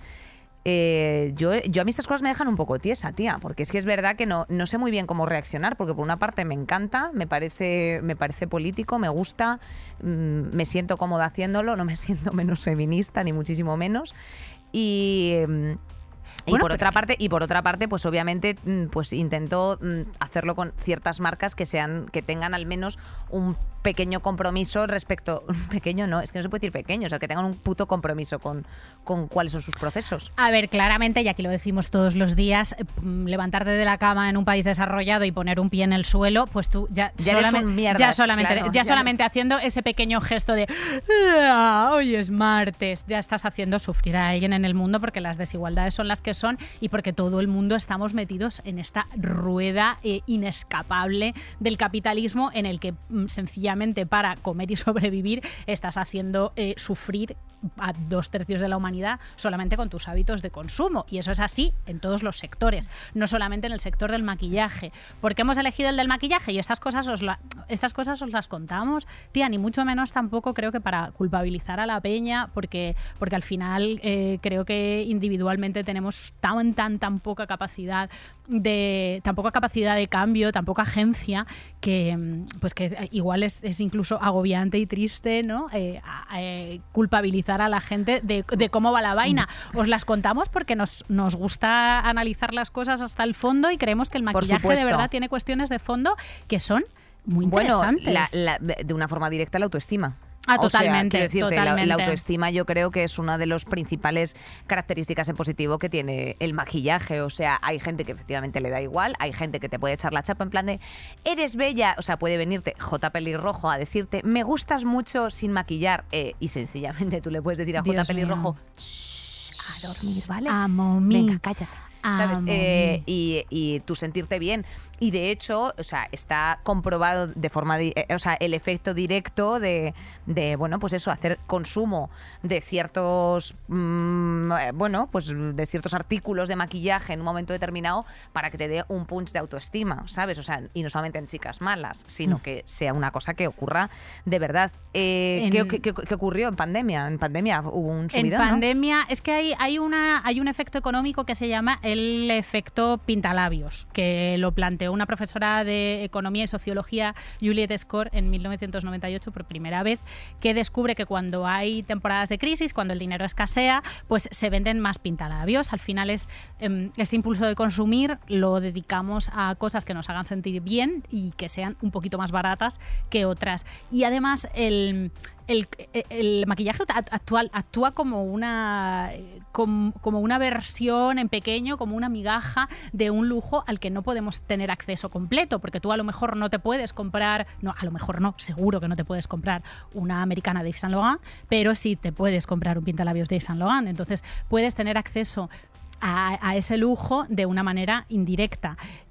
Eh, yo, yo a mí estas cosas me dejan un poco tiesa, tía, porque es que es verdad que no, no sé muy bien cómo reaccionar, porque por una parte me encanta, me parece, me parece político, me gusta, mmm, me siento cómoda haciéndolo, no me siento menos feminista, ni muchísimo menos, y... Eh, Y bueno, por otra parte, y por otra parte, pues obviamente, pues intento hacerlo con ciertas marcas que sean, que tengan al menos un pequeño compromiso respecto, pequeño no, es que no se puede decir pequeño, o sea, que tengan un puto compromiso con, con cuáles son sus procesos. A ver, claramente, y aquí lo decimos todos los días, levantarte de la cama en un país desarrollado y poner un pie en el suelo, pues tú ya, ya solamente, eres un mierdas, ya solamente, claro, ya ya solamente no. haciendo ese pequeño gesto de ah, hoy es martes, ya estás haciendo sufrir a alguien en el mundo, porque las desigualdades son las que son y porque todo el mundo estamos metidos en esta rueda eh, inescapable del capitalismo, en el que mm, sencillamente para comer y sobrevivir estás haciendo eh, sufrir a dos tercios de la humanidad solamente con tus hábitos de consumo. Y eso es así en todos los sectores, no solamente en el sector del maquillaje. ¿Por qué hemos elegido el del maquillaje? Y estas cosas os, la, estas cosas os las contamos, tía, ni mucho menos tampoco creo que para culpabilizar a la peña, porque, porque al final eh, creo que individualmente tenemos tan, tan, tan poca capacidad de, tan poca capacidad de cambio, tan poca agencia, que pues que igual es, es incluso agobiante y triste, ¿no? Eh, eh, culpabilizar a la gente de, de cómo va la vaina. Os las contamos porque nos, nos gusta analizar las cosas hasta el fondo y creemos que el maquillaje de verdad tiene cuestiones de fondo que son muy interesantes. Bueno, la, la, de una forma directa la autoestima. Ah, o totalmente, sea, quiero decirte, totalmente. La, la autoestima yo creo que es una de las principales características en positivo que tiene el maquillaje. O sea, hay gente que efectivamente le da igual, hay gente que te puede echar la chapa en plan de eres bella, o sea, puede venirte J. Pelirrojo a decirte me gustas mucho sin maquillar eh, y sencillamente tú le puedes decir a J. Pelirrojo a dormir, ¿vale? Amo mí. Venga, cállate. ¿Sabes? Eh, y, y tú sentirte bien. Y de hecho, o sea, está comprobado de forma, di- eh, o sea, el efecto directo de, de, bueno, pues eso, hacer consumo de ciertos, mm, eh, bueno, pues de ciertos artículos de maquillaje en un momento determinado para que te dé un punch de autoestima, ¿sabes? O sea, y no solamente en chicas malas, sino Mm. que sea una cosa que ocurra de verdad. Eh, En- ¿qué, qué, qué- qué ocurrió en pandemia? En pandemia hubo un En subidón, ¿no? pandemia, es que hay, hay, una, hay un efecto económico que se llama el efecto pintalabios, que lo planteó una profesora de Economía y Sociología, Juliette Score, en mil novecientos noventa y ocho por primera vez, que descubre que cuando hay temporadas de crisis, cuando el dinero escasea, pues se venden más pintalabios. Al final es eh, este impulso de consumir lo dedicamos a cosas que nos hagan sentir bien y que sean un poquito más baratas que otras. Y además el... El, el maquillaje actual actúa como una, como, como una versión en pequeño, como una migaja de un lujo al que no podemos tener acceso completo, porque tú a lo mejor no te puedes comprar, no, a lo mejor no, seguro que no te puedes comprar una americana de Yves Saint Laurent, pero sí te puedes comprar un pintalabios de Yves Saint Laurent, entonces puedes tener acceso a, a ese lujo de una manera indirecta.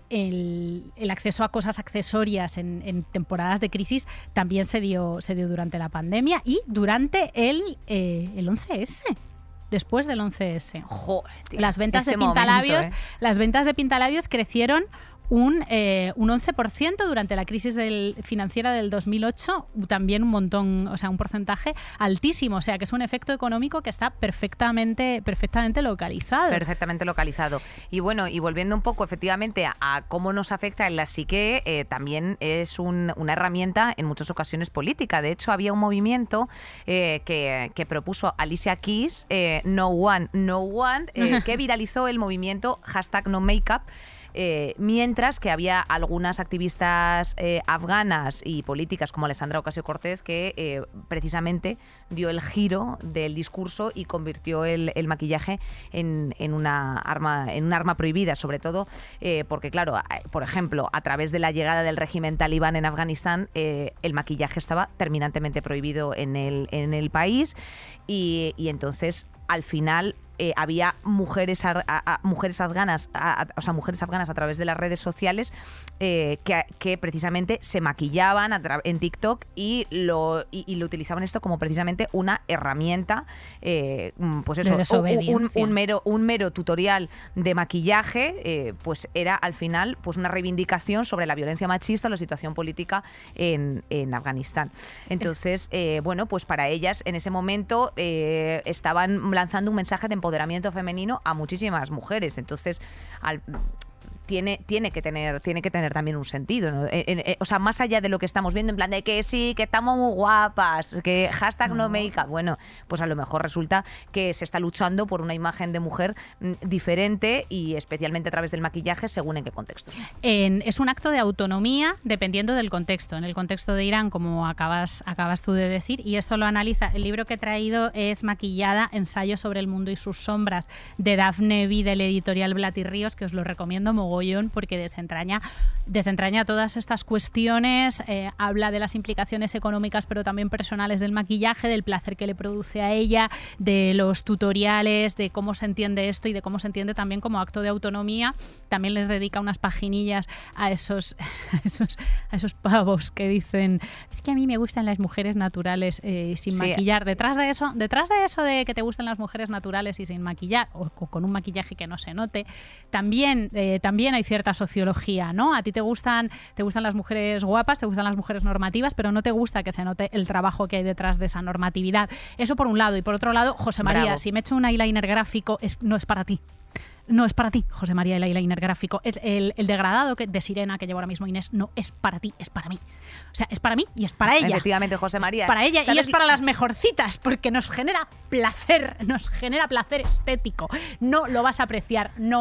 El, el acceso a cosas accesorias en, en temporadas de crisis también se dio, se dio durante la pandemia y durante el, eh, el once ese. Después del once ese. Joder, tío, las ventas ese de pintalabios, momento, ¿eh? las ventas de pintalabios crecieron un, eh, un once por ciento durante la crisis del, financiera del dos mil ocho, también un montón, o sea, un porcentaje altísimo, o sea, que es un efecto económico que está perfectamente, perfectamente localizado. Perfectamente localizado. Y bueno, y volviendo un poco efectivamente a, a cómo nos afecta en la psique, eh, también es un, una herramienta en muchas ocasiones política. De hecho, había un movimiento eh, que, que propuso Alicia Keys, eh, No One, No One, eh, que viralizó el movimiento hashtag No Makeup. Eh, mientras que había algunas activistas eh, afganas y políticas como Alessandra Ocasio-Cortez que eh, precisamente dio el giro del discurso y convirtió el, el maquillaje en, en, una arma, en un arma prohibida, sobre todo eh, porque, claro, por ejemplo, a través de la llegada del régimen talibán en Afganistán, eh, el maquillaje estaba terminantemente prohibido en el, en el país y, y entonces, al final, Eh, había mujeres a, a, a, mujeres afganas, a, a, o sea, mujeres afganas a través de las redes sociales eh, que, que precisamente se maquillaban a en TikTok y lo y, y lo utilizaban esto como precisamente una herramienta, eh, pues eso, un, un, un mero un mero tutorial de maquillaje, eh, pues era al final pues una reivindicación sobre la violencia machista o la situación política en, en Afganistán. Entonces, eh, bueno, pues para ellas en ese momento eh, estaban lanzando un mensaje de empoderamiento femenino a muchísimas mujeres. Entonces, al, tiene, tiene, que tener, tiene que tener también un sentido, ¿no? En, en, o sea, más allá de lo que estamos viendo, en plan de que sí, que estamos muy guapas, que hashtag no, no makeup. Bueno, pues a lo mejor resulta que se está luchando por una imagen de mujer mm, diferente y especialmente a través del maquillaje, según en qué contextos. En, es un acto de autonomía dependiendo del contexto. En el contexto de Irán, como acabas, acabas tú de decir, y esto lo analiza, el libro que he traído es Maquillada, ensayo sobre el mundo y sus sombras, de Dafne Vi, del editorial Blat y Ríos, que os lo recomiendo mogollón porque desentraña, desentraña todas estas cuestiones, eh, habla de las implicaciones económicas pero también personales del maquillaje, del placer que le produce a ella, de los tutoriales, de cómo se entiende esto y de cómo se entiende también como acto de autonomía. También les dedica unas paginillas a esos, a esos, a esos pavos que dicen, es que a mí me gustan las mujeres naturales eh, sin sí. maquillar. Detrás de eso, detrás de eso de que te gustan las mujeres naturales y sin maquillar, o, o con un maquillaje que no se note, también, eh, también hay cierta sociología, ¿no? A ti te gustan, te gustan las mujeres guapas, te gustan las mujeres normativas, pero no te gusta que se note el trabajo que hay detrás de esa normatividad. Eso por un lado. Y por otro lado, José María, Bravo. Si me echo un eyeliner gráfico, es, no es para ti. No es para ti, José María, el eyeliner gráfico. Es el, el degradado que, de sirena que llevo ahora mismo Inés, no es para ti, es para mí. O sea, es para mí y es para ella. Efectivamente, José María. Es para ella y es para las mejorcitas, porque nos genera placer, nos genera placer estético. No lo vas a apreciar, no es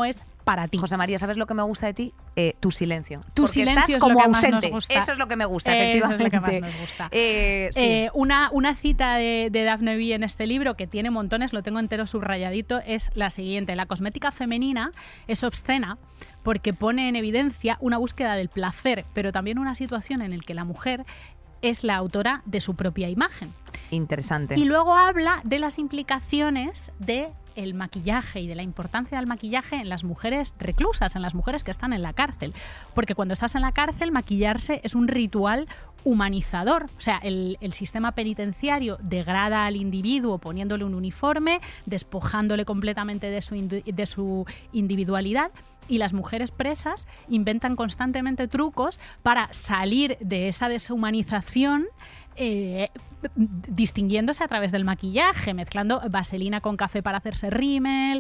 para ti. José María, ¿sabes lo que me gusta de ti? Eh, tu silencio. Tu Porque silencio estás es como lo que más ausente. nos gusta. Eso es lo que me gusta, Eso efectivamente. es lo que más nos gusta. Eh, sí. eh, una, una cita de, de Daphne Bee en este libro, que tiene montones, lo tengo entero subrayadito, es la siguiente. La cosmética femenina es obscena porque pone en evidencia una búsqueda del placer, pero también una situación en la que la mujer es la autora de su propia imagen. Interesante. Y luego habla de las implicaciones de el maquillaje y de la importancia del maquillaje en las mujeres reclusas, en las mujeres que están en la cárcel. Porque cuando estás en la cárcel, maquillarse es un ritual humanizador. O sea, el, el sistema penitenciario degrada al individuo poniéndole un uniforme, despojándole completamente de su, de su individualidad. Y las mujeres presas inventan constantemente trucos para salir de esa deshumanización, eh, distinguiéndose a través del maquillaje, mezclando vaselina con café para hacerse rímel,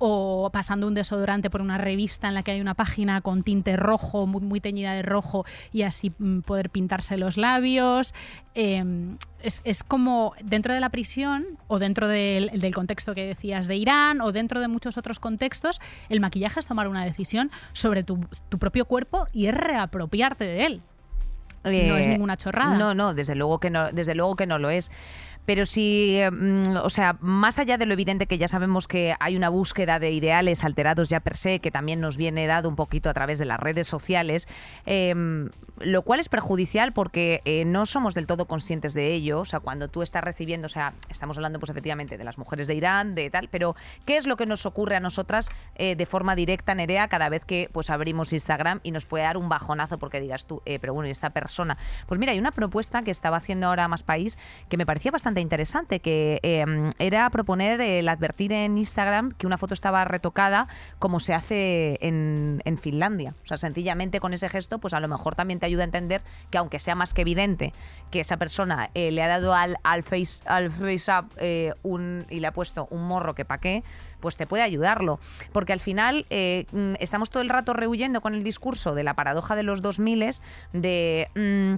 o pasando un desodorante por una revista en la que hay una página con tinte rojo, muy, muy teñida de rojo, y así mm, poder pintarse los labios. Eh, es, es como dentro de la prisión, o dentro del, del contexto que decías de Irán, o dentro de muchos otros contextos, el maquillaje es tomar una decisión sobre tu, tu propio cuerpo y es reapropiarte de él. Eh, no es ninguna chorrada. No, no, desde luego que no, desde luego que no lo es. Pero sí, mm, o sea, más allá de lo evidente que ya sabemos que hay una búsqueda de ideales alterados ya per se, que también nos viene dado un poquito a través de las redes sociales, eh, lo cual es perjudicial porque eh, no somos del todo conscientes de ello. O sea, cuando tú estás recibiendo, o sea, estamos hablando pues efectivamente de las mujeres de Irán, de tal, pero ¿qué es lo que nos ocurre a nosotras eh, de forma directa, Nerea, cada vez que pues abrimos Instagram y nos puede dar un bajonazo porque digas tú, eh, pero bueno, ¿y esta persona? Pues mira, hay una propuesta que estaba haciendo ahora Más País que me parecía bastante interesante, que eh, era proponer el advertir en Instagram que una foto estaba retocada como se hace en, en Finlandia. O sea, sencillamente con ese gesto, pues a lo mejor también te ayuda a entender que aunque sea más que evidente que esa persona eh, le ha dado al, al face al face up eh, un, y le ha puesto un morro que pa' qué, pues te puede ayudarlo. Porque al final eh, estamos todo el rato rehuyendo con el discurso de la paradoja de los dos miles de... Mmm,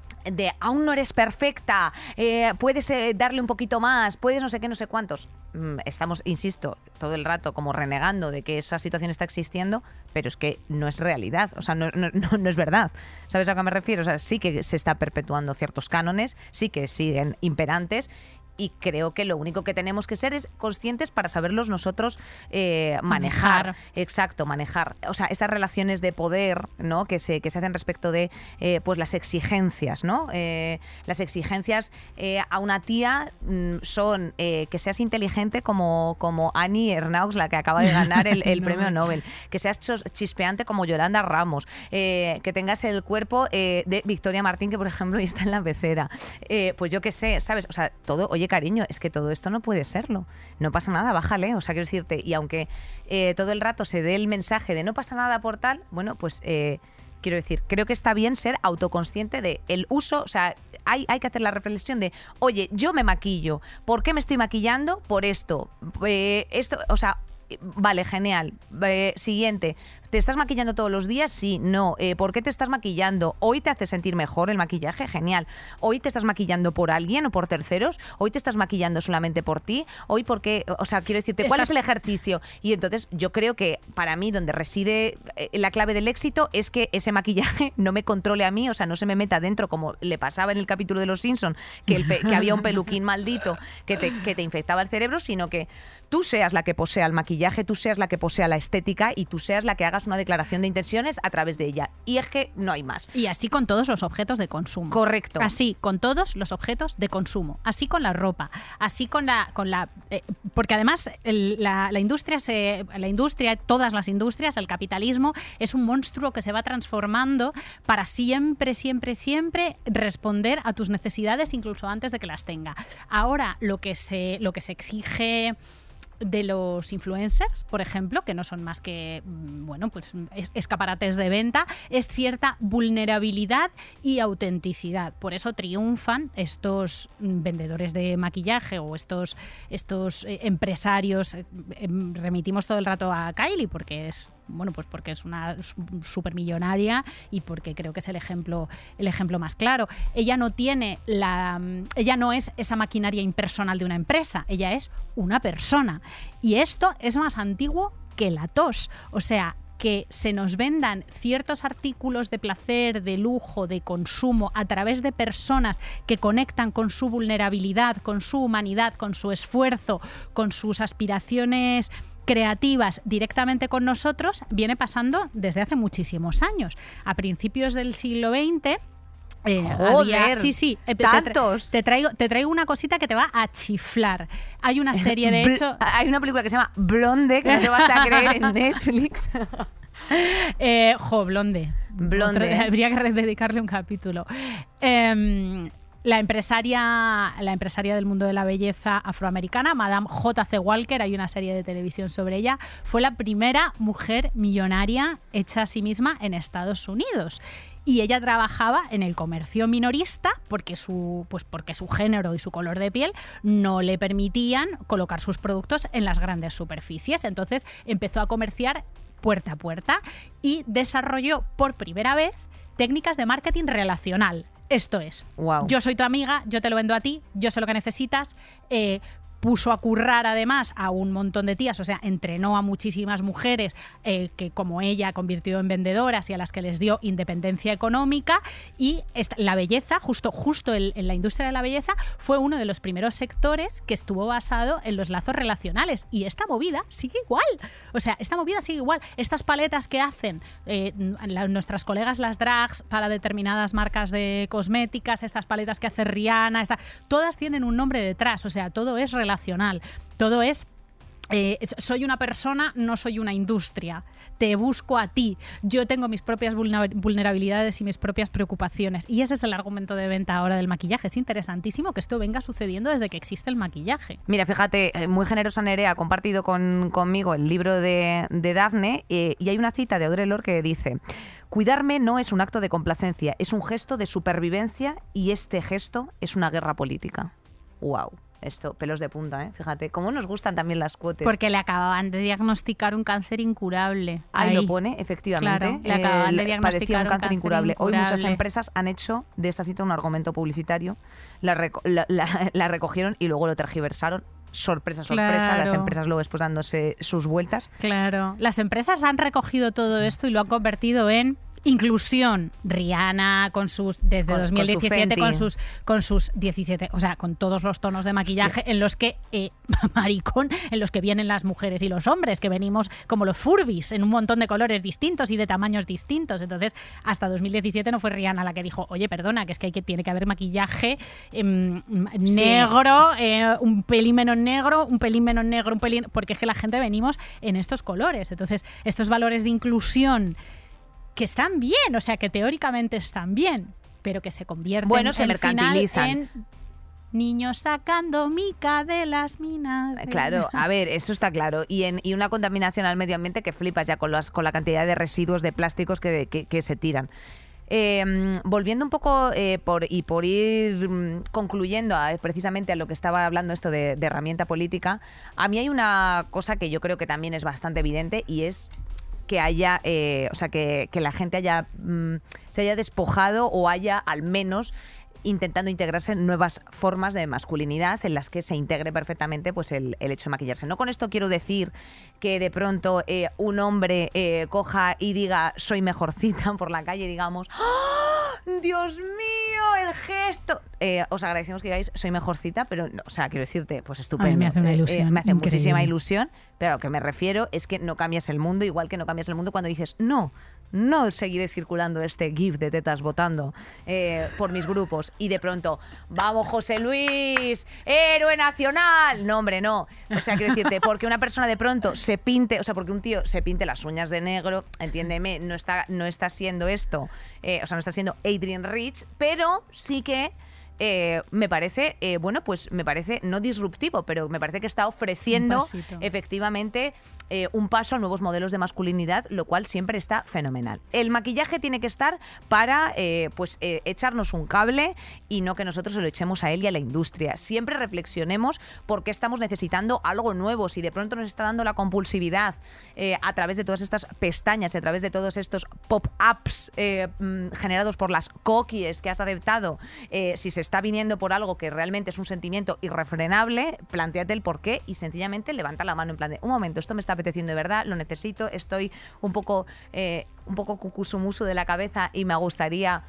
de aún no eres perfecta, eh, puedes eh, darle un poquito más, puedes no sé qué, no sé cuántos. Mm, estamos, insisto, todo el rato como renegando de que esa situación está existiendo, pero es que no es realidad, o sea, no, no, no, no es verdad. ¿Sabes a qué me refiero? O sea, sí que se está perpetuando ciertos cánones, sí que siguen imperantes. Y creo que lo único que tenemos que ser es conscientes para saberlos nosotros eh, manejar. manejar. Exacto, manejar. O sea, esas relaciones de poder, ¿no? Que se, que se hacen respecto de eh, pues las exigencias, ¿no? Eh, las exigencias eh, a una tía mm, son eh, que seas inteligente como, como Annie Ernaux, la que acaba de ganar el, el no. premio Nobel, que seas chispeante como Yolanda Ramos, eh, que tengas el cuerpo eh, de Victoria Martín, que por ejemplo está en la pecera. Eh, pues yo qué sé, ¿sabes? O sea, todo, oye, cariño, es que todo esto no puede serlo. No pasa nada, bájale. O sea, quiero decirte, y aunque eh, todo el rato se dé el mensaje de no pasa nada por tal, bueno, pues eh, quiero decir, creo que está bien ser autoconsciente de el uso, o sea, hay, hay que hacer la reflexión de, oye, yo me maquillo. ¿Por qué me estoy maquillando? Por esto. Eh, esto, o sea, vale, genial. Eh, siguiente. ¿Te estás maquillando todos los días? Sí, no. Eh, ¿Por qué te estás maquillando? ¿Hoy te hace sentir mejor el maquillaje? Genial. ¿Hoy te estás maquillando por alguien o por terceros? ¿Hoy te estás maquillando solamente por ti? ¿Hoy por qué? O sea, quiero decirte, ¿cuál es el ejercicio? Y entonces yo creo que para mí donde reside la clave del éxito es que ese maquillaje no me controle a mí, o sea, no se me meta dentro como le pasaba en el capítulo de Los Simpson, que, el pe- que había un peluquín maldito que te, que te infectaba el cerebro, sino que tú seas la que posea el maquillaje, tú seas la que posea la estética y tú seas la que haga una declaración de intenciones a través de ella. Y es que no hay más. Y así con todos los objetos de consumo. Correcto. Así con todos los objetos de consumo. Así con la ropa. Así con la... con la eh, porque además el, la, la industria, se, la industria, todas las industrias, el capitalismo, es un monstruo que se va transformando para siempre, siempre, siempre responder a tus necesidades incluso antes de que las tenga. Ahora lo que se, lo que se exige de los influencers, por ejemplo, que no son más que bueno, pues escaparates de venta, es cierta vulnerabilidad y autenticidad. Por eso triunfan estos vendedores de maquillaje o estos, estos empresarios. Remitimos todo el rato a Kylie porque es bueno, pues porque es una supermillonaria y porque creo que es el ejemplo, el ejemplo más claro. Ella no tiene la, ella no es esa maquinaria impersonal de una empresa, ella es una persona. Y esto es más antiguo que la tos. O sea, que se nos vendan ciertos artículos de placer, de lujo, de consumo a través de personas que conectan con su vulnerabilidad, con su humanidad, con su esfuerzo, con sus aspiraciones creativas directamente con nosotros, viene pasando desde hace muchísimos años. A principios del siglo veinte... Eh, Joder, había, sí, sí, eh, tantos. Te, tra- te, traigo, te traigo una cosita que te va a chiflar. Hay una serie, de hecho... Hay una película que se llama Blonde, que no te vas a creer, en Netflix. eh, jo, Blonde. Blonde. Otro, habría que dedicarle un capítulo. Eh, La empresaria, la empresaria del mundo de la belleza afroamericana, Madame J C Walker, hay una serie de televisión sobre ella, fue la primera mujer millonaria hecha a sí misma en Estados Unidos. Y ella trabajaba en el comercio minorista porque su, pues porque su género y su color de piel no le permitían colocar sus productos en las grandes superficies. Entonces empezó a comerciar puerta a puerta y desarrolló por primera vez técnicas de marketing relacional. Esto es, wow. Yo soy tu amiga, yo te lo vendo a ti, yo sé lo que necesitas. Eh, puso a currar además a un montón de tías, o sea, entrenó a muchísimas mujeres eh, que como ella convirtió en vendedoras y a las que les dio independencia económica. Y esta, la belleza, justo, justo el, en la industria de la belleza, fue uno de los primeros sectores que estuvo basado en los lazos relacionales. Y esta movida sigue igual. O sea, esta movida sigue igual. Estas paletas que hacen eh, la, nuestras colegas las drags para determinadas marcas de cosméticas, estas paletas que hace Rihanna, esta, todas tienen un nombre detrás. O sea, todo es relacional. Todo es, eh, soy una persona, no soy una industria. Te busco a ti. Yo tengo mis propias vulnerabilidades y mis propias preocupaciones. Y ese es el argumento de venta ahora del maquillaje. Es interesantísimo que esto venga sucediendo desde que existe el maquillaje. Mira, fíjate, muy generosa Nerea ha compartido con, conmigo el libro de, de Dafne eh, y hay una cita de Audre Lorde que dice: cuidarme no es un acto de complacencia, es un gesto de supervivencia y este gesto es una guerra política. ¡Wow! Esto, pelos de punta, ¿eh? Fíjate, cómo nos gustan también las cuotes. Porque le acababan de diagnosticar un cáncer incurable. Ahí, Ahí lo pone, efectivamente. Claro, le acababan de diagnosticar padecía un cáncer, un cáncer incurable. incurable. Hoy muchas empresas han hecho de esta cita un argumento publicitario, la, reco la, la, la recogieron y luego lo tergiversaron. Sorpresa, sorpresa, claro. Las empresas luego después dándose sus vueltas. Claro, las empresas han recogido todo esto y lo han convertido en inclusión. Rihanna con sus desde con, dos mil diecisiete con, su con sus con sus diecisiete, o sea, con todos los tonos de maquillaje. Hostia. En los que eh, maricón, en los que vienen las mujeres y los hombres, que venimos como los Furbis en un montón de colores distintos y de tamaños distintos. Entonces, hasta dos mil diecisiete no fue Rihanna la que dijo, "Oye, perdona, que es que, hay que tiene que haber maquillaje eh, negro, sí. eh, un pelín menos negro, un pelín menos negro, un pelín", porque es que la gente venimos en estos colores. Entonces, estos valores de inclusión que están bien, o sea, que teóricamente están bien, pero que se convierten bueno, se al mercantilizan. Final en niños sacando mica de las minas. Claro, a ver, eso está claro. Y, en, y una contaminación al medio ambiente que flipas ya con, las, con la cantidad de residuos de plásticos que, que, que se tiran. Eh, volviendo un poco eh, por, y por ir mm, concluyendo a, precisamente a lo que estaba hablando esto de, de herramienta política, a mí hay una cosa que yo creo que también es bastante evidente y es que haya, eh, o sea, que, que la gente haya mm, se haya despojado o haya al menos intentando integrarse en nuevas formas de masculinidad en las que se integre perfectamente pues el, el hecho de maquillarse. No con esto quiero decir que de pronto eh, un hombre eh, coja y diga soy mejorcita por la calle, digamos, ¡oh, Dios mío, el gesto! Eh, os agradecemos que digáis soy mejorcita, pero, no, o sea, quiero decirte, pues estupendo. A mí me hace una ilusión. Eh, eh, me hace increíble. muchísima ilusión, pero a lo que me refiero es que no cambias el mundo, igual que no cambias el mundo cuando dices no. No seguiré circulando este gif de tetas votando eh, por mis grupos y de pronto, vamos José Luis, héroe nacional. No, hombre, no. O sea, quiero decirte, porque una persona de pronto se pinte, o sea, porque un tío se pinte las uñas de negro, entiéndeme, no está, no está siendo esto, eh, o sea, no está siendo Adrienne Rich, pero sí que Eh, me parece, eh, bueno, pues me parece no disruptivo, pero me parece que está ofreciendo efectivamente eh, un paso a nuevos modelos de masculinidad, lo cual siempre está fenomenal. El maquillaje tiene que estar para eh, pues eh, echarnos un cable y no que nosotros se lo echemos a él y a la industria. Siempre reflexionemos por qué estamos necesitando algo nuevo, si de pronto nos está dando la compulsividad eh, a través de todas estas pestañas, a través de todos estos pop-ups eh, mm, generados por las cookies que has aceptado, eh, si se está viniendo por algo que realmente es un sentimiento irrefrenable, plantéate el por qué y sencillamente levanta la mano en plan de, un momento, esto me está apeteciendo de verdad, lo necesito, estoy un poco, eh, un poco cucusumusu de la cabeza y me gustaría...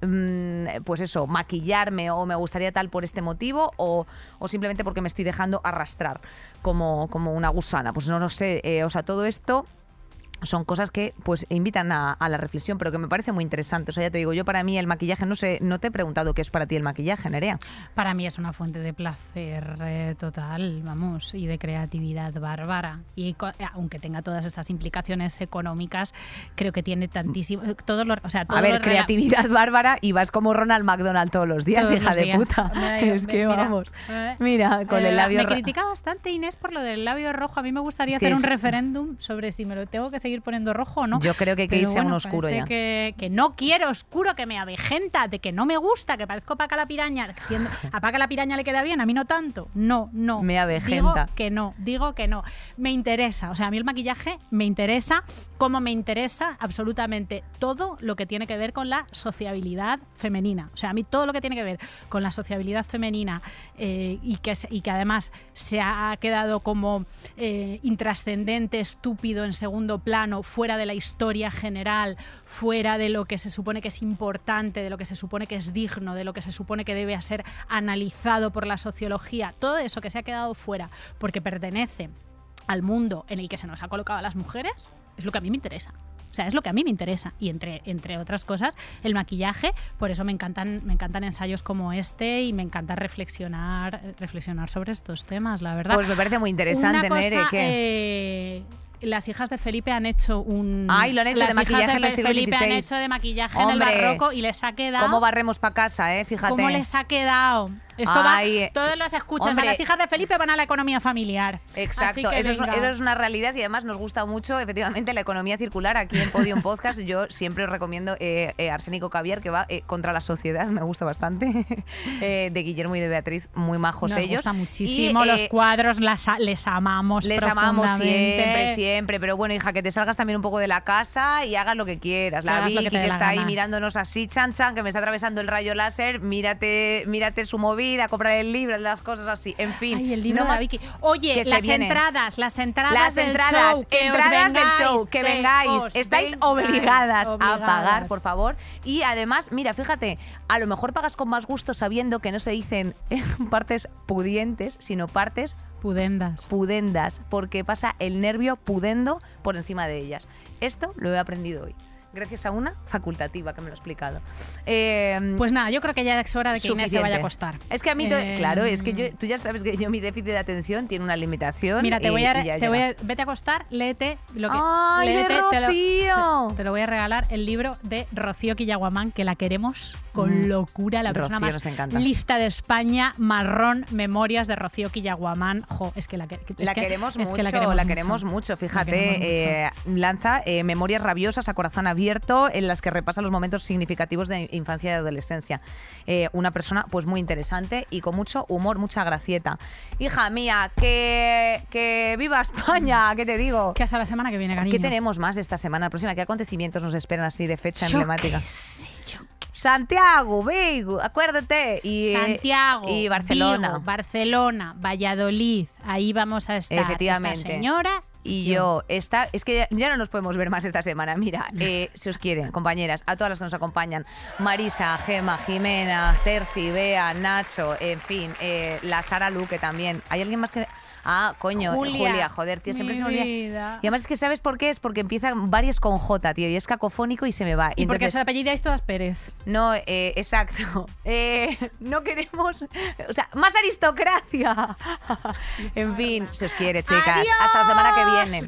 pues eso, maquillarme o me gustaría tal por este motivo o, o simplemente porque me estoy dejando arrastrar como, como una gusana. Pues no lo sé, eh, o sea, todo esto son cosas que pues invitan a, a la reflexión, pero que me parece muy interesante. O sea, ya te digo, yo para mí el maquillaje, no sé, no te he preguntado qué es para ti el maquillaje, Nerea. Para mí es una fuente de placer eh, total, vamos, y de creatividad bárbara. Y co- aunque tenga todas estas implicaciones económicas, creo que tiene tantísimo... Todo lo, o sea, todo a ver, lo rela- creatividad bárbara y vas como Ronald McDonald todos los días, Todos hija los de días. puta. Mira, Es que mira, vamos, eh, mira, con eh, el labio... Me ra- critica bastante Inés por lo del labio rojo. A mí me gustaría Es que hacer un es- referéndum sobre si me lo tengo que seguir poniendo rojo o no. Yo creo que hay que Pero irse a un bueno, oscuro parece ya. Que, que no quiero oscuro, que me avejenta, de que no me gusta, que parezco Paca la piraña. Siendo, a Paca la piraña le queda bien, a mí no tanto. No, no. Me Digo avejenta. que no, digo que no. Me interesa, o sea, a mí el maquillaje me interesa, como me interesa absolutamente todo lo que tiene que ver con la sociabilidad femenina. O sea, a mí todo lo que tiene que ver con la sociabilidad femenina eh, y, que, se- y que además se ha quedado como eh, intrascendente, estúpido, en segundo plano, fuera de la historia general, fuera de lo que se supone que es importante, de lo que se supone que es digno, de lo que se supone que debe ser analizado por la sociología, todo eso que se ha quedado fuera porque pertenece al mundo en el que se nos ha colocado a las mujeres, es lo que a mí me interesa. O sea, es lo que a mí me interesa. Y entre, entre otras cosas, el maquillaje, por eso me encantan, me encantan ensayos como este y me encanta reflexionar, reflexionar sobre estos temas, la verdad. Pues me parece muy interesante, Una cosa, Nere, que... eh, las hijas de Felipe han hecho un... Ay, lo han hecho las de maquillaje hijas en de el siglo Felipe han dieciséis. hecho de maquillaje en Hombre, el barroco y les ha quedado... ¿Cómo barremos para casa, eh? Fíjate. ¿Cómo les ha quedado? Esto Ay, va... Todos los escuchas. hombre. A las hijas de Felipe van a la economía familiar. Exacto, Así que eso es, venga. eso es una realidad y además nos gusta mucho efectivamente la economía circular aquí en Podium Podcast. Yo siempre os recomiendo eh, eh, Arsénico Caviar, que va eh, contra la sociedad, me gusta bastante, eh, de Guillermo y de Beatriz, muy majos Nos ellos. gusta muchísimo Y, los eh, cuadros, las, a- les amamos Les amamos profundamente. siempre, siempre, pero bueno, hija, que te salgas también un poco de la casa y hagas lo que quieras. La Hagas lo Vicky que que, te dé la está ahí gana. mirándonos así, chan chan, que me está atravesando el rayo láser, mírate, mírate su movida, comprar el libro, las cosas así, en fin. Ay, el libro no de la más- Vicky. Oye, que se las vienen. entradas, las entradas Las del entradas, show, que os entradas del vengáis, show, que que vengáis, os estáis vengáis, obligadas, a obligadas. pagar, por favor. Y además, mira, fíjate, a lo mejor pagas con más gusto sabiendo que no se dicen partes pudientes, sino partes Pudendas. pudendas, porque pasa el nervio pudendo por encima de ellas. Esto lo he aprendido hoy, gracias a una facultativa que me lo ha explicado. Eh, Pues nada, yo creo que ya es hora de que Inés se suficiente. vaya a acostar. Es que a mí, to- Eh, claro, es que yo, tú ya sabes que yo mi déficit de atención tiene una limitación. Mira, te eh, voy a, y ya te voy llega. a- vete a acostar, léete lo que ¡Ay, de léete, te lo- Rocío! te, te lo voy a regalar, el libro de Rocío Quillaguamán, que la queremos con Mm. locura, la persona Rocío más nos encanta. lista de España, marrón, Memorias de Rocío Quillaguamán. Jo, es que la, que- es La que- queremos es mucho, que la queremos, mucho, La fíjate, queremos mucho. eh, lanza eh, Memorias rabiosas a corazón abierto en las que repasa los momentos significativos de infancia y adolescencia. Eh, una persona pues muy interesante y con mucho humor, mucha gracieta. Hija mía, que, que viva España, ¿qué te digo? Que hasta la semana que viene, cariño. ¿Qué tenemos más esta semana próxima? ¿Qué acontecimientos nos esperan así de fecha Yo emblemática? qué sé, yo Santiago, Vigo, acuérdate. Y, eh, Santiago, y Barcelona. Vigo, Barcelona, Valladolid, ahí vamos a estar. Efectivamente. Esta señora Y yo, esta, es que ya, ya no nos podemos ver más esta semana. Mira, eh, si os quieren, compañeras, a todas las que nos acompañan, Marisa, Gema, Jimena, Cerci, Bea, Nacho, en fin, eh, la Sara Luque también. ¿Hay alguien más que...? Ah, coño, Julia, Julia, joder, tío, siempre mi se me olvida. vida. Y además es que ¿sabes por qué? Es porque empiezan varias con J, tío, y es cacofónico y se me va. Y porque entonces- su apellido es todas Pérez. No, eh, exacto. Eh, no queremos... O sea, más aristocracia. En fin, se os quiere, chicas. ¡Adiós! Hasta la semana que viene.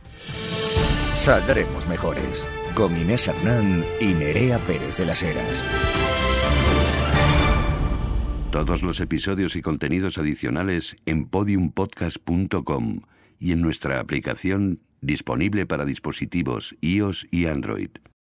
Saldremos mejores. Con Inés Hernán y Nerea Pérez de las Heras. Todos los episodios y contenidos adicionales en podium podcast punto com y en nuestra aplicación disponible para dispositivos iOS y Android.